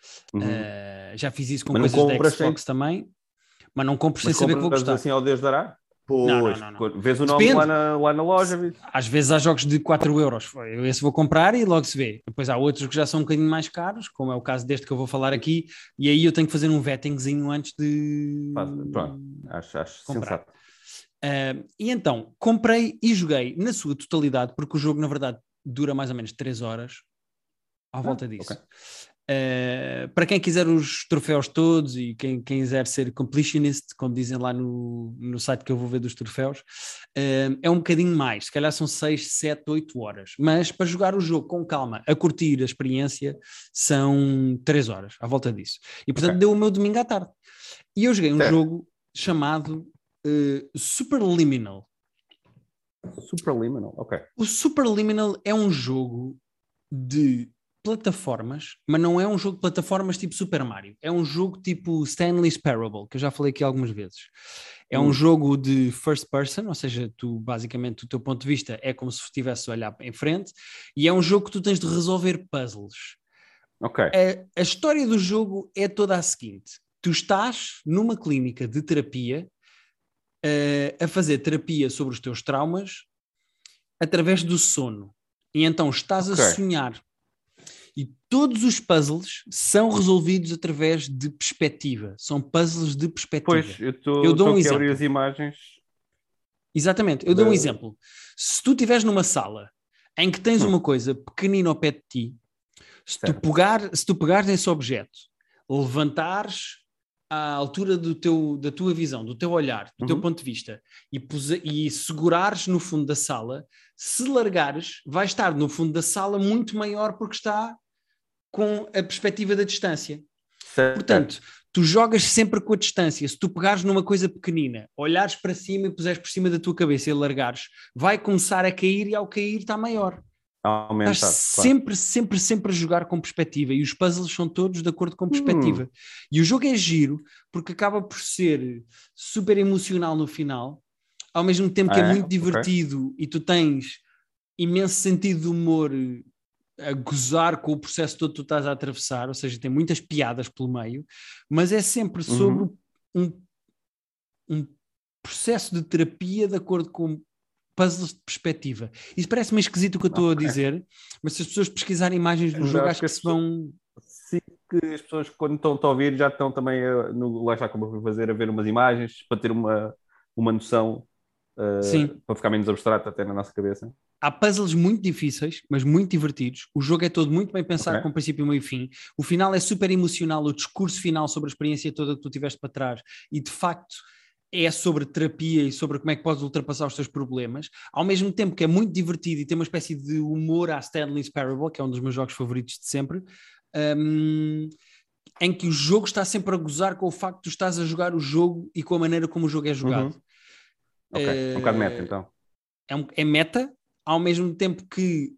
Já fiz isso com coisas da Xbox também, mas não compro sem saber que vou gostar. Assim ao Deus dará? Pois, não. Vês o nome lá na loja. Às vezes há jogos de 4 euros. Esse vou comprar e logo se vê. Depois há outros que já são um bocadinho mais caros, como é o caso deste que eu vou falar aqui, e aí eu tenho que fazer um vettingzinho antes de Pronto, acho comprar. Sensato. E então, comprei e joguei na sua totalidade, porque o jogo, na verdade, dura mais ou menos 3 horas à volta disso. Okay. Para quem quiser os troféus todos e quem quiser ser completionist, como dizem lá no site que eu vou ver dos troféus, é um bocadinho mais, se calhar são 6, 7, 8 horas, mas para jogar o jogo com calma, a curtir a experiência, são 3 horas, à volta disso. E portanto deu o meu domingo à tarde. E eu joguei um jogo chamado Superliminal. Superliminal, ok. O Superliminal é um jogo de plataformas, mas não é um jogo de plataformas tipo Super Mario. É um jogo tipo Stanley's Parable, que eu já falei aqui algumas vezes. É um jogo de first person, ou seja, tu basicamente o teu ponto de vista é como se estivesse a olhar em frente, e é um jogo que tu tens de resolver puzzles. Ok. A história do jogo é toda a seguinte. Tu estás numa clínica de terapia a fazer terapia sobre os teus traumas através do sono. E então estás a sonhar. E todos os puzzles são resolvidos através de perspectiva. São puzzles de perspectiva. Pois, eu dou um exemplo. Abrir as imagens. Exatamente. Eu dou um exemplo. Se tu estiveres numa sala em que tens uma coisa pequenina ao pé de ti, se tu pegares nesse objeto, levantares à altura da tua visão, do teu olhar, do teu ponto de vista, e segurares no fundo da sala, se largares, vai estar no fundo da sala muito maior porque está com a perspectiva da distância. Certo. Portanto, tu jogas sempre com a distância. Se tu pegares numa coisa pequenina, olhares para cima e puseres por cima da tua cabeça e largares, vai começar a cair e ao cair está maior. Estás sempre a jogar com perspectiva e os puzzles são todos de acordo com perspectiva. E o jogo é giro porque acaba por ser super emocional no final, ao mesmo tempo que é muito divertido e tu tens imenso sentido de humor a gozar com o processo todo que tu estás a atravessar, ou seja, tem muitas piadas pelo meio, mas é sempre sobre um processo de terapia de acordo com puzzles de perspectiva. Isso parece meio esquisito o que eu estou a dizer, mas se as pessoas pesquisarem imagens do jogo, acho que se vão... Sim, que as pessoas quando estão a ouvir já estão também, lá está como eu fui fazer, a ver umas imagens para ter uma noção, para ficar menos abstrato até na nossa cabeça. Há puzzles muito difíceis, mas muito divertidos. O jogo é todo muito bem pensado, com princípio, meio e fim. O final é super emocional, o discurso final sobre a experiência toda que tu tiveste para trás e, de facto, é sobre terapia e sobre como é que podes ultrapassar os teus problemas, ao mesmo tempo que é muito divertido e tem uma espécie de humor à Stanley's Parable, que é um dos meus jogos favoritos de sempre, em que o jogo está sempre a gozar com o facto de tu estás a jogar o jogo e com a maneira como o jogo é jogado. Ok, um bocado meta, então. É meta, ao mesmo tempo que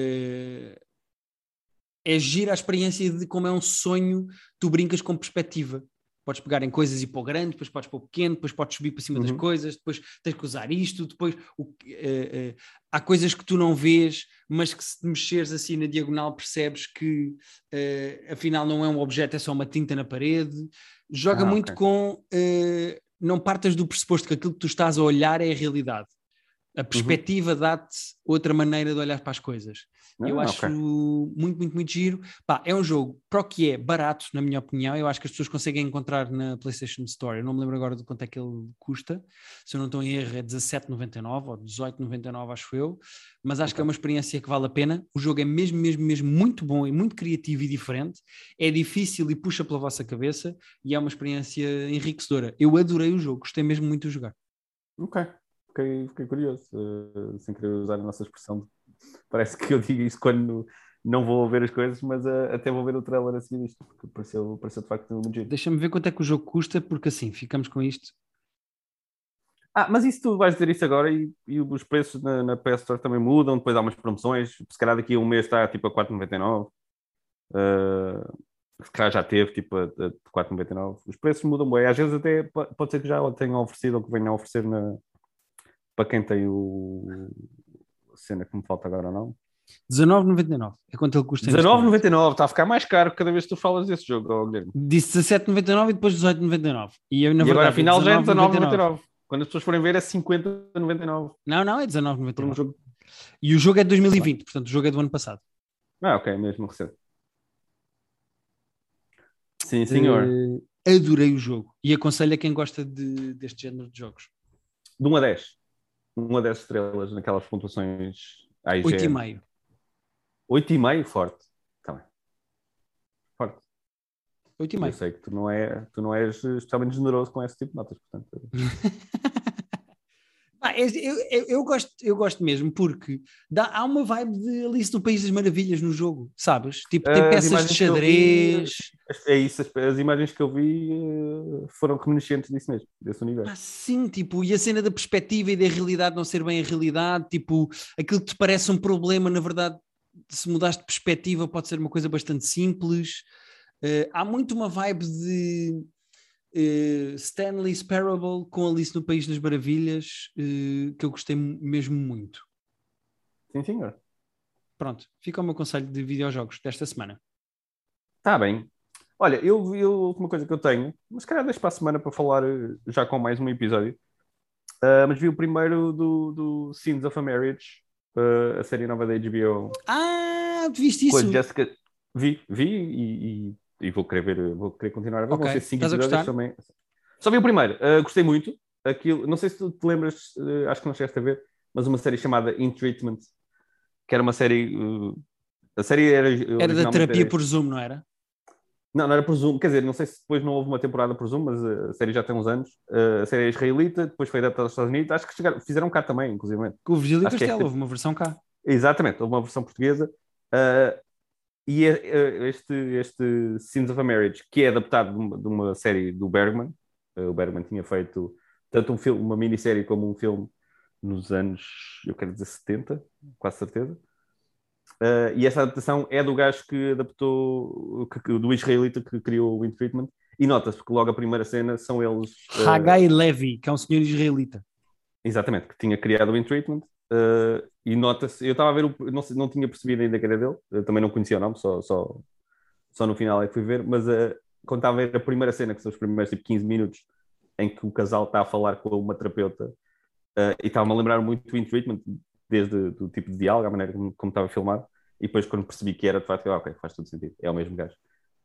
é gira a experiência de como é um sonho, tu brincas com perspectiva. Podes pegar em coisas e pôr grande, depois podes pôr pequeno, depois podes subir para cima das coisas, depois tens que usar isto, depois há coisas que tu não vês, mas que se te mexeres assim na diagonal percebes que afinal não é um objeto, é só uma tinta na parede. Joga muito com não partas do pressuposto que aquilo que tu estás a olhar é a realidade. A perspectiva dá-te outra maneira de olhar para as coisas. Eu acho muito, muito, muito giro. Pá, é um jogo, para o que é barato, na minha opinião. Eu acho que as pessoas conseguem encontrar na PlayStation Store. Eu não me lembro agora de quanto é que ele custa. Se eu não estou em erro, é 17,99 ou 18,99, acho eu. Mas acho que é uma experiência que vale a pena. O jogo é mesmo, mesmo, mesmo muito bom e muito criativo e diferente. É difícil e puxa pela vossa cabeça. E é uma experiência enriquecedora. Eu adorei o jogo, gostei mesmo muito de jogar. Ok. Fiquei curioso, sem querer usar a nossa expressão. Parece que eu digo isso quando não vou ver as coisas, mas até vou ver o trailer a seguir isto, porque pareceu de facto muito giro. Deixa-me ver quanto é que o jogo custa, porque assim, ficamos com isto. Mas isso tu vais dizer isso agora e os preços na PS Store também mudam, depois há umas promoções, se calhar daqui a um mês está tipo a 4,99. Se calhar já teve tipo a 4,99. Os preços mudam bem, às vezes até pode ser que já tenham oferecido ou que venham a oferecer para quem tem a cena que me falta agora, não? 19,99 é quanto ele custa em 19,99, está a ficar mais caro cada vez que tu falas desse jogo, Guilherme. Disse 17,99 e depois 18,99. E eu, na e verdade, agora afinal já é 19,99. 19,99. Quando as pessoas forem ver é 50,99. Não, é 19,99. Jogo... E o jogo é de 2020, portanto o jogo é do ano passado. Ok, mesmo recente. Sim, senhor. Adorei o jogo e aconselho a quem gosta deste género de jogos. De 1 a 10. 1 a 10 estrelas naquelas pontuações IGN. 8,5. 8,5? Forte. Também. Forte. 8,5. Eu sei que tu não és especialmente generoso com esse tipo de notas, portanto. Eu gosto mesmo porque há uma vibe de Alice no País das Maravilhas no jogo, sabes? Tipo, tem peças de xadrez. É isso, as imagens que eu vi foram reminiscentes disso mesmo, desse universo. Sim, tipo, e a cena da perspectiva e da realidade não ser bem a realidade, tipo, aquilo que te parece um problema, na verdade, se mudares de perspectiva pode ser uma coisa bastante simples. Há muito uma vibe de Stanley's Parable com Alice no País das Maravilhas, que eu gostei mesmo muito. Sim, senhor. Pronto, fica o meu conselho de videojogos desta semana. Está bem. Olha, eu vi a última coisa que eu tenho, mas se calhar deixo para a semana para falar já com mais um episódio. Mas vi o primeiro do Sins of a Marriage, a série nova da HBO. Viste Com a isso? Jessica. Vi e vou querer continuar a ver. Ok, Vão ser 5 estás a episódios gostar? também. Só vi o primeiro, gostei muito. Aquilo, não sei se tu te lembras, acho que não chegaste a ver, mas uma série chamada In Treatment, que era uma série. A série era da originalmente terapia por Zoom, não era? Não era por Zoom, quer dizer, não sei se depois não houve uma temporada por Zoom, mas a série já tem uns anos. A série é israelita, depois foi adaptada aos Estados Unidos. Acho que fizeram cá também, inclusive. Com o Virgílio Acho que Castelo, houve uma versão cá. Exatamente, houve uma versão portuguesa. E este Sins of a Marriage, que é adaptado de uma série do Bergman. O Bergman tinha feito tanto um filme, uma minissérie, como um filme nos anos, eu quero dizer 70, quase certeza. E essa adaptação é do gajo que adaptou, do israelita que criou o In Treatment. E nota-se, porque logo a primeira cena são eles. Haggai Levi, que é um senhor israelita. Exatamente, que tinha criado o In Treatment. E nota-se, eu estava a ver, não tinha percebido ainda que era dele, eu também não conhecia o nome, só no final é que fui ver. Mas quando estava a ver a primeira cena, que são os primeiros tipo 15 minutos, em que o casal está a falar com uma terapeuta, e estava-me a lembrar muito do In Treatment, desde o tipo de diálogo, a maneira como estava filmado. E depois, quando percebi que era, de facto, ok, faz todo sentido, é o mesmo gajo.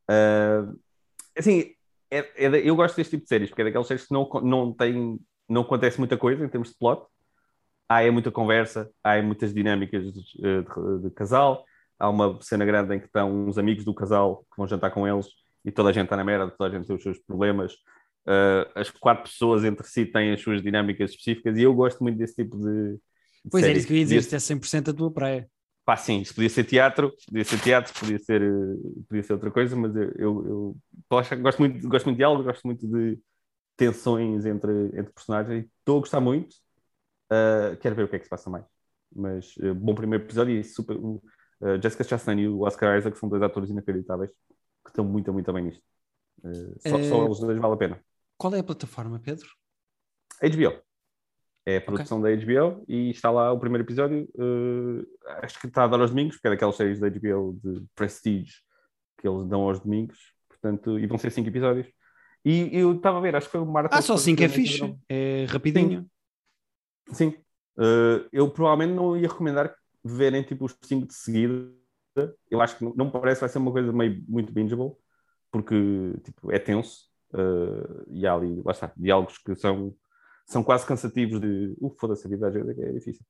Assim, eu gosto deste tipo de séries, porque é daquelas séries que não acontece muita coisa em termos de plot. Há muita conversa, há muitas dinâmicas de casal. Há uma cena grande em que estão uns amigos do casal que vão jantar com eles e toda a gente está na merda, toda a gente tem os seus problemas. As 4 pessoas entre si têm as suas dinâmicas específicas e eu gosto muito desse tipo de Pois séries. é, isso que eu ia dizer, isto é 100% a tua praia. Pá, sim, isto podia ser teatro, podia ser outra coisa, mas eu gosto muito de diálogo, gosto muito de tensões entre personagens e estou a gostar muito. Quero ver o que é que se passa mais. Mas bom primeiro episódio e super. Jessica Chastain e o Oscar Isaac são dois atores inacreditáveis que estão muito, muito bem nisto. Só eles dois vale a pena. Qual é a plataforma, Pedro? HBO. É a produção da HBO e está lá o primeiro episódio. Acho que está a dar aos domingos, porque é daquelas séries da HBO de Prestige que eles dão aos domingos. Portanto, e vão ser 5 episódios. E eu estava a ver, acho que foi o maratona. Só 5 é fixe. É rapidinho. Sim. Eu provavelmente não ia recomendar verem tipo os 5 de seguida. Eu acho que não me parece que vai ser uma coisa meio muito bingeable, porque tipo, é tenso. E há ali, lá está, diálogos que são quase cansativos de foda-se, a vida às vezes é difícil.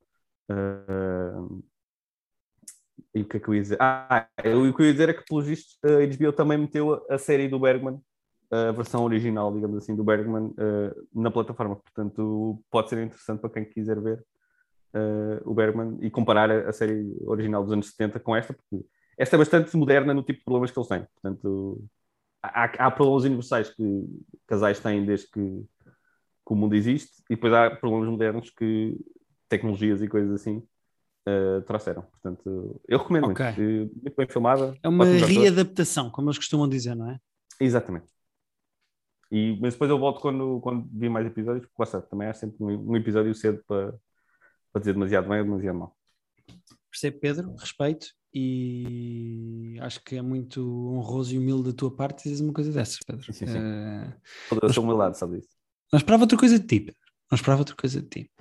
E o que é que eu ia dizer? O que eu ia dizer é que, pelos vistos, a HBO também meteu a série do Bergman, a versão original, digamos assim, do Bergman, na plataforma. Portanto, pode ser interessante para quem quiser ver o Bergman e comparar a série original dos anos 70 com esta, porque esta é bastante moderna no tipo de problemas que eles têm. Portanto, há problemas universais que casais têm desde que o mundo existe, e depois há problemas modernos que tecnologias e coisas assim trouxeram. Portanto, eu recomendo muito. Muito bem filmada. É uma readaptação, como eles costumam dizer, não é? Exatamente. Mas depois eu volto quando vi mais episódios, porque basta, também há sempre um episódio cedo para dizer demasiado bem ou demasiado mal. Percebo, Pedro, respeito, e acho que é muito honroso e humilde da tua parte dizer uma coisa dessas, Pedro. Sim. Toda a sua humildade, sabe disso. Não esperava outra coisa de ti, Pedro. Não esperava outra coisa de ti.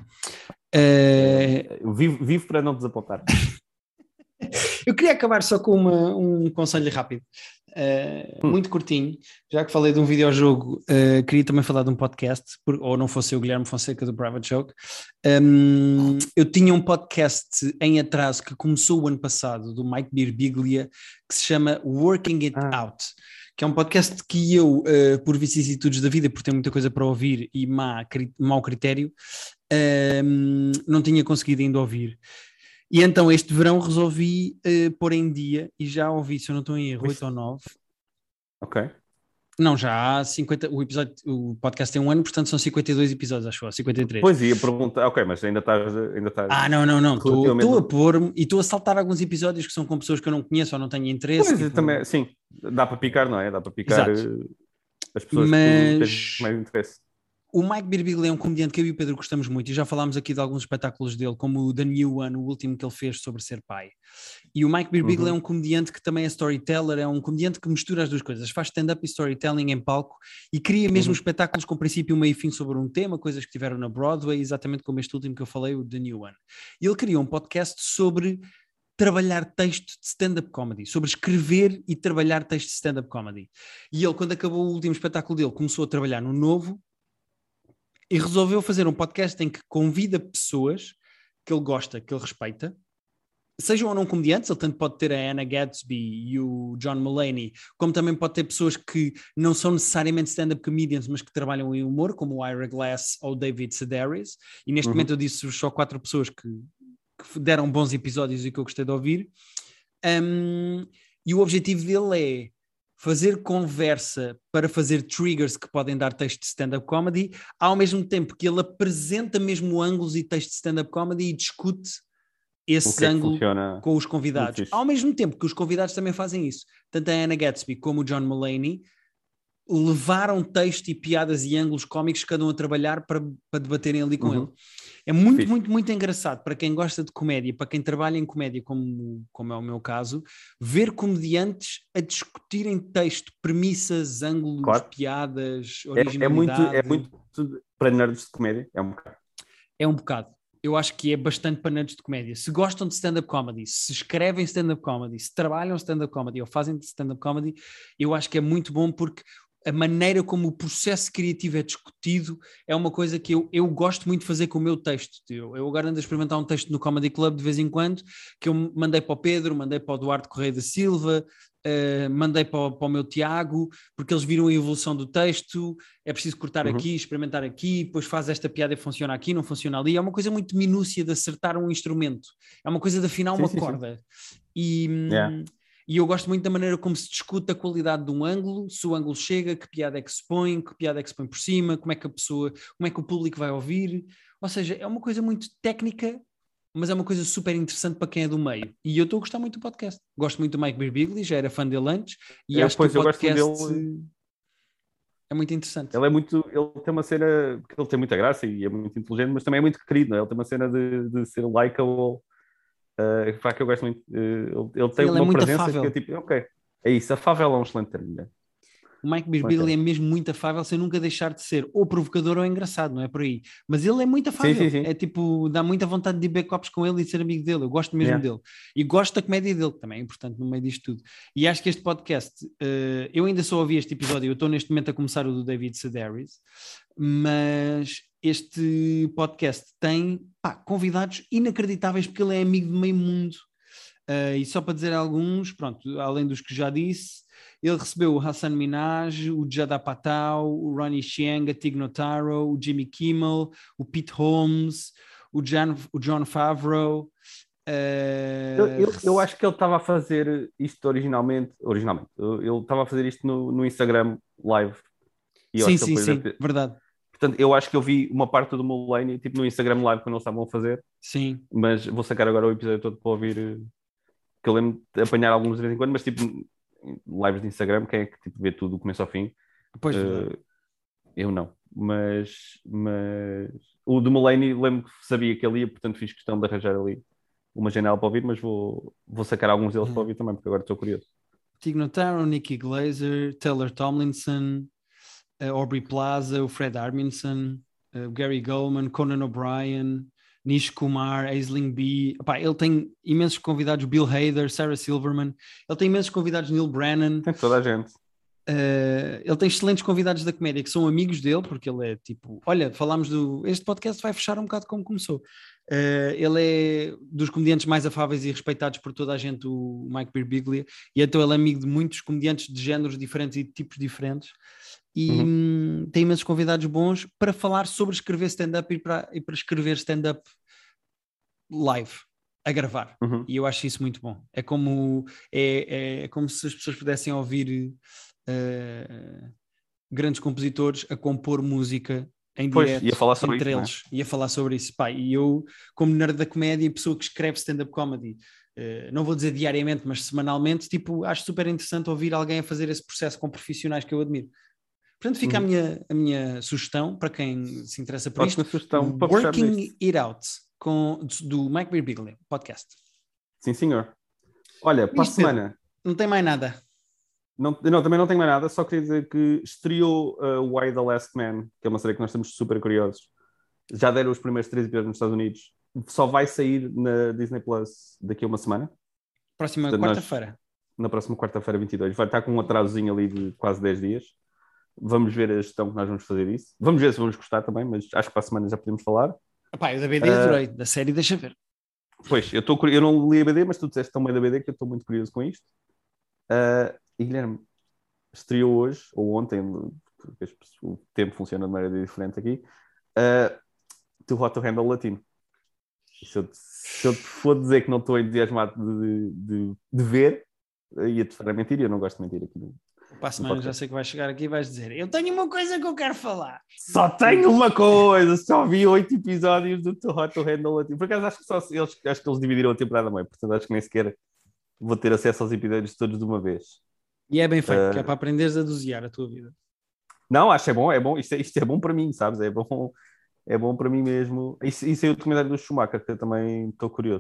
Vivo para não desapontar. Eu queria acabar só com um conselho rápido, muito curtinho. Já que falei de um videojogo, queria também falar de um podcast, ou não fosse o Guilherme Fonseca do Private Joke. Eu tinha um podcast em atraso que começou o ano passado, do Mike Birbiglia, que se chama Working It Out, que é um podcast que eu, por vicissitudes da vida, por ter muita coisa para ouvir e mau critério, não tinha conseguido ainda ouvir. E então este verão resolvi pôr em dia, e já ouvi, se eu não estou em erro, 8 ou 9. Ok. Não, já há 50, o podcast tem um ano, portanto são 52 episódios, acho eu, 53. Pois ia perguntar, ok, mas ainda estás... Não, estou a pôr-me e estou a saltar alguns episódios que são com pessoas que eu não conheço ou não tenho interesse. Pois, também, sim, dá para picar, não é? Dá para picar as pessoas que têm mais interesse. O Mike Birbiglia é um comediante que eu e o Pedro gostamos muito, e já falámos aqui de alguns espetáculos dele, como o The New One, o último que ele fez sobre ser pai. E o Mike Birbiglia é um comediante que também é storyteller, é um comediante que mistura as duas coisas, faz stand-up e storytelling em palco, e cria mesmo espetáculos com princípio, meio e fim sobre um tema, coisas que tiveram na Broadway, exatamente como este último que eu falei, o The New One. E ele criou um podcast sobre trabalhar texto de stand-up comedy, sobre escrever e trabalhar texto de stand-up comedy. E ele, quando acabou o último espetáculo dele, começou a trabalhar no novo, e resolveu fazer um podcast em que convida pessoas que ele gosta, que ele respeita, sejam ou não comediantes. Ele tanto pode ter a Anna Gadsby e o John Mulaney, como também pode ter pessoas que não são necessariamente stand-up comedians, mas que trabalham em humor, como o Ira Glass ou o David Sedaris. E neste momento eu disse só 4 pessoas que deram bons episódios e que eu gostei de ouvir. E o objetivo dele é fazer conversa para fazer triggers que podem dar texto de stand-up comedy, ao mesmo tempo que ele apresenta mesmo ângulos e texto de stand-up comedy e discute esse ângulo com os convidados. Ao mesmo tempo que os convidados também fazem isso. Tanto a Anna Gadsby como o John Mulaney levaram texto e piadas e ângulos cómicos, cada um a trabalhar para debaterem ali com ele. É muito, muito, muito engraçado para quem gosta de comédia, para quem trabalha em comédia, como é o meu caso, ver comediantes a discutirem texto, premissas, ângulos, piadas, originalidade. É muito para nerds de comédia, é um bocado. É um bocado. Eu acho que é bastante para nerds de comédia. Se gostam de stand-up comedy, se escrevem stand-up comedy, se trabalham stand-up comedy ou fazem stand-up comedy, eu acho que é muito bom, porque a maneira como o processo criativo é discutido é uma coisa que eu gosto muito de fazer com o meu texto. Eu agora ando a experimentar um texto no Comedy Club de vez em quando, que eu mandei para o Pedro, mandei para o Duarte Correia da Silva, mandei para o meu Tiago, porque eles viram a evolução do texto. É preciso cortar aqui, experimentar aqui, depois faz esta piada e funciona aqui, não funciona ali. É uma coisa muito minúcia de acertar um instrumento, é uma coisa de afinar uma corda. E E eu gosto muito da maneira como se discute a qualidade de um ângulo, se o ângulo chega, que piada é que se põe, que piada é que se põe por cima, como é que o público vai ouvir. Ou seja, é uma coisa muito técnica, mas é uma coisa super interessante para quem é do meio. E eu estou a gostar muito do podcast. Gosto muito do Mike Birbiglia, já era fã dele antes, e acho que o podcast é muito interessante. Ele tem uma cena que ele tem muita graça e é muito inteligente, mas também é muito querido, não é? Ele tem uma cena de ser likeable, que eu gosto muito. Ele tem uma presença afável. Que é tipo, ok, é isso, afável é um excelente termo, né? O Mike Birbiglia é mesmo muito afável, sem nunca deixar de ser ou provocador ou engraçado, não é por aí. Mas ele é muito afável. Sim. É tipo, dá muita vontade de ir beber copos com ele e de ser amigo dele. Eu gosto mesmo dele. E gosto da comédia dele, que também é importante no meio disto tudo. E acho que este podcast, eu ainda só ouvi este episódio, eu estou neste momento a começar o do David Sedaris, mas este podcast tem convidados inacreditáveis porque ele é amigo de meio mundo. E só para dizer alguns, pronto, além dos que já disse, ele recebeu o Hassan Minaj, o Jada Patel, o Ronnie Chieng, a Tig Notaro, o Jimmy Kimmel, o Pete Holmes, o Jon Favreau. Eu acho que ele estava a fazer isto originalmente. Ele estava a fazer isto no Instagram Live. E sim, verdade. Portanto, eu acho que eu vi uma parte do Mulaney, tipo no Instagram Live, quando eles estavam a fazer. Sim. Mas vou sacar agora o episódio todo para ouvir, que eu lembro de apanhar alguns de vez em quando, mas tipo, lives de Instagram, quem é que tipo, vê tudo do começo ao fim? Pois eu não. Mas o do Mulaney lembro que sabia que ele ia, portanto fiz questão de arranjar ali uma janela para ouvir, mas vou sacar alguns deles para ouvir também, porque agora estou curioso. Tig Notaro, Nikki Glaser, Taylor Tomlinson, Aubrey Plaza, o Fred Armisen, Gary Goldman, Conan O'Brien, Nish Kumar, Aisling B. Ele tem imensos convidados, Bill Hader, Sarah Silverman. Ele tem imensos convidados, Neil Brennan. Tem toda a gente. Ele tem excelentes convidados da comédia que são amigos dele, porque ele é tipo, olha, falámos este podcast vai fechar um bocado como começou. Ele é dos comediantes mais afáveis e respeitados por toda a gente, o Mike Birbiglia, e então ele é amigo de muitos comediantes de géneros diferentes e de tipos diferentes, e tem imensos convidados bons para falar sobre escrever stand-up e para escrever stand-up live, a gravar. E eu acho isso muito bom. É como se as pessoas pudessem ouvir grandes compositores a compor música em direto entre eles, e a falar sobre isso. E eu, como nerd da comédia e pessoa que escreve stand-up comedy, não vou dizer diariamente, mas semanalmente, tipo, acho super interessante ouvir alguém a fazer esse processo com profissionais que eu admiro. Portanto, fica a minha sugestão para quem se interessa por isto. Working It Out, do Mike Birbiglia, podcast. Sim, senhor. Olha, para a semana... Não tem mais nada. Não, também não tenho mais nada, só queria dizer que estreou Why the Last Man, que é uma série que nós estamos super curiosos. Já deram os primeiros 3 episódios nos Estados Unidos. Só vai sair na Disney Plus daqui a uma semana. Próxima quarta-feira. Na próxima quarta-feira, 22. Vai estar com um atrasozinho ali de quase 10 dias. Vamos ver a gestão que nós vamos fazer isso. Vamos ver se vamos gostar também, mas acho que para a semana já podemos falar. Eu da BD adorei, da série deixa ver. Pois, eu não li a BD, mas tu disseste também da BD, que eu estou muito curioso com isto. E Guilherme, estreou hoje, ou ontem, porque o tempo funciona de maneira diferente aqui, Too Hot to Handle Latino. Se eu te for dizer que não estou entusiasmado de ver, ia-te estar a mentir, e eu não gosto de mentir aqui. Para a semana já sei que vais chegar aqui e vais dizer: eu tenho uma coisa que eu quero falar. Só tenho uma coisa, só vi 8 episódios do Too Hot to Handle Latino. Por acaso acho que eles dividiram a temporada meio, portanto acho que nem sequer vou ter acesso aos episódios todos de uma vez. E é bem feito, que é para aprenderes a dosear a tua vida. Não, acho que é bom. Isto é bom para mim, sabes? É bom para mim mesmo. Isso é o documentário do Schumacher, que eu também estou curioso.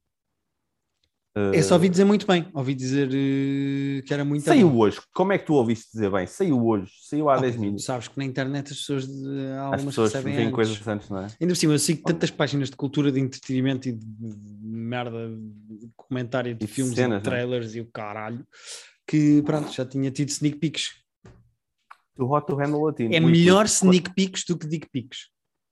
Esse ouvi dizer muito bem. Ouvi dizer que era muito Saiu bom. hoje. Como é que tu ouviste dizer bem? Saiu hoje. Saiu há 10 minutos. Sabes que na internet as pessoas recebem veem coisas antes, não é? Ainda por cima, eu sigo tantas páginas de cultura, de entretenimento e de merda, de comentário de filmes cenas, e de trailers e o caralho, que pronto, já tinha tido sneak peeks. Too Hot to Handle Latino. É melhor sneak peeks do que dick peeks.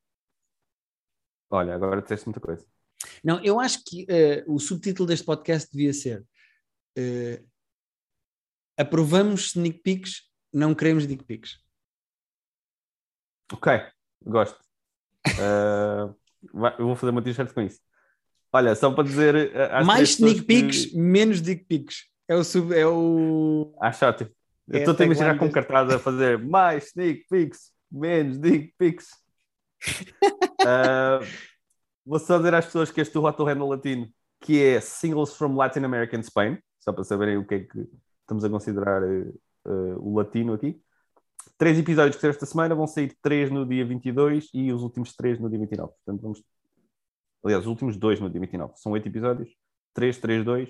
Olha, agora disseste muita coisa. Não, eu acho que o subtítulo deste podcast devia ser aprovamos sneak peeks, não queremos dick peeks. Ok, gosto. Eu vou fazer uma t-shirt com isso. Olha, só para dizer... mais sneak peeks, menos dick peeks. É o... Acho ótimo. Eu estou a imaginar com cartaz a fazer mais sneak peeks, menos sneak peeks. Vou só dizer às pessoas que este Hot Handle Latino, que é Singles from Latin America and Spain, só para saberem o que é que estamos a considerar o latino aqui. 3 episódios que saíram esta semana, vão sair 3 no dia 22 e os últimos 3 no dia 29. Portanto, aliás, os últimos 2 no dia 29. São 8 episódios. 3, 3, 2.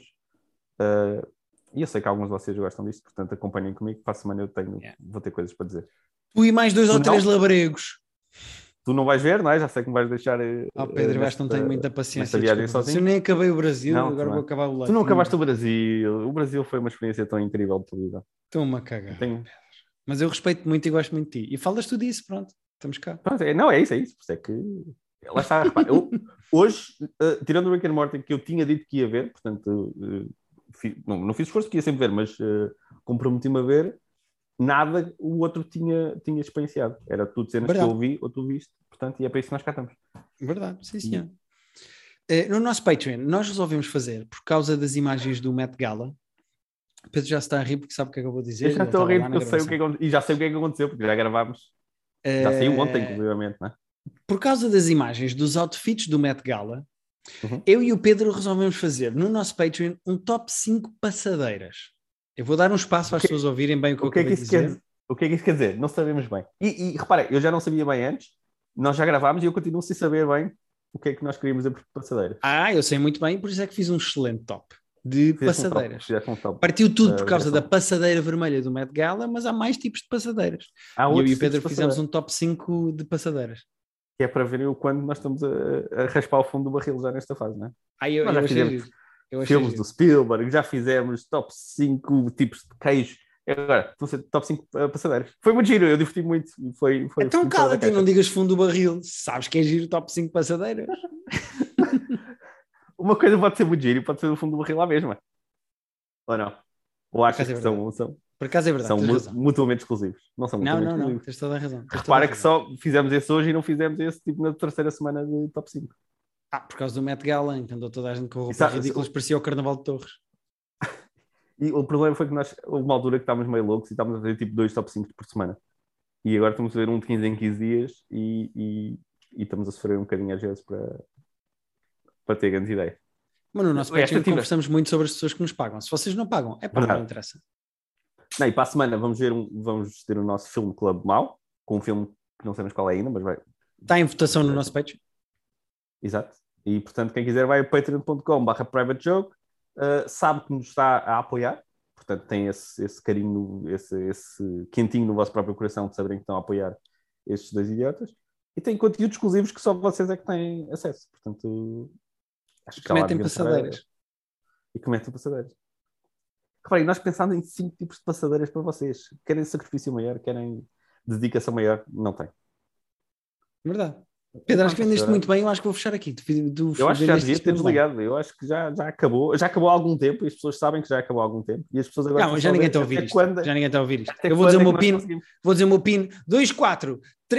E eu sei que alguns de vocês gostam disto, portanto acompanhem comigo. Para a semana vou ter coisas para dizer. Tu e mais 2 ou 3 labregos. Tu não vais ver, não é? Já sei que me vais deixar. Pedro, eu acho que não tenho muita paciência. Se eu nem acabei o Brasil, agora vou acabar o Latino. Tu não acabaste o Brasil. O Brasil foi uma experiência tão incrível de tua vida. Estou-me a cagar. Mas eu respeito muito e gosto muito de ti. E falas tu disso, pronto. Estamos cá. Pronto, é isso. Por isso é que... Lá está, repara. Hoje, tirando o Rick and Morty, que eu tinha dito que ia ver, portanto, não fiz esforço, que ia sempre ver, mas comprometi-me a ver, nada o outro tinha experienciado. Era tudo cenas que eu ouvi ou tu viste, portanto, e é para isso que nós cá estamos. Verdade, sim senhor. No nosso Patreon, nós resolvemos fazer, por causa das imagens do Met Gala, Pedro já está a rir porque sabe o que é que eu vou dizer. Eu já estou a rir porque eu sei o que é que aconteceu. E já sei o que é que aconteceu, porque já gravámos. Já saiu ontem, inclusivamente, não é? Por causa das imagens dos outfits do Met Gala, eu e o Pedro resolvemos fazer no nosso Patreon um top 5 passadeiras. Eu vou dar um espaço para as pessoas ouvirem bem o que eu acabei de dizer. O que é que isso quer dizer? Não sabemos bem. E repara, eu já não sabia bem antes, nós já gravámos e eu continuo sem saber bem o que é que nós queríamos dizer por passadeiras. Eu sei muito bem, por isso é que fiz um excelente top de passadeiras. Partiu tudo por causa da passadeira vermelha do Met Gala, mas há mais tipos de passadeiras. E eu e o Pedro fizemos um top 5 de passadeiras. Que é para verem o quando nós estamos a raspar o fundo do barril já nesta fase, não é? Nós já fizemos filmes do Spielberg, já fizemos top 5 tipos de queijo. Agora, vão ser top 5 passadeiras. Foi muito giro, eu diverti muito. Foi então cala-te, não digas fundo do barril. Sabes que é giro top 5 passadeiras. Uma coisa pode ser muito giro e pode ser o fundo do barril lá mesmo. Ou não? Ou achas que são... Por acaso é verdade. São mutuamente exclusivos. Não são mutuamente exclusivos. Não, tens toda a razão. Repara que só fizemos esse hoje e não fizemos esse tipo na terceira semana de top 5. Por causa do Met Gala, então andou toda a gente com roupas ridículas, parecia o Carnaval de Torres. E o problema foi que houve uma altura que estávamos meio loucos e estávamos a fazer tipo 2 top 5 por semana. E agora estamos a ver um de 15 em 15 dias e estamos a sofrer um bocadinho às vezes para ter grandes ideias. Mas no nosso Patreon conversamos muito sobre as pessoas que nos pagam. Se vocês não pagam, não interessa. Não, e para a semana vamos ter o nosso filme Club Mau, com um filme que não sabemos qual é ainda, mas vai... Está em votação no nosso Patreon. Exato. E, portanto, quem quiser vai a patreon.com/privatejoke, sabe que nos está a apoiar, portanto, tem esse carinho, esse quentinho no vosso próprio coração de saberem que estão a apoiar estes 2 idiotas. E tem conteúdos exclusivos que só vocês é que têm acesso. Portanto, acho que metem passadeiras. E que metem passadeiras. Reparem, nós pensámos em 5 tipos de passadeiras para vocês. Querem sacrifício maior, querem dedicação maior? Não tem. Verdade. Pedro, acho que vendeste muito bem. Eu acho que vou fechar aqui. Eu acho que já devia ter desligado. Eu acho que já acabou. Já acabou há algum tempo e as pessoas sabem que já acabou há algum tempo. E as pessoas agora já ninguém está a ouvir isto. Já ninguém está a ouvir isto. Eu vou dizer o meu pin. 2, 4, 3.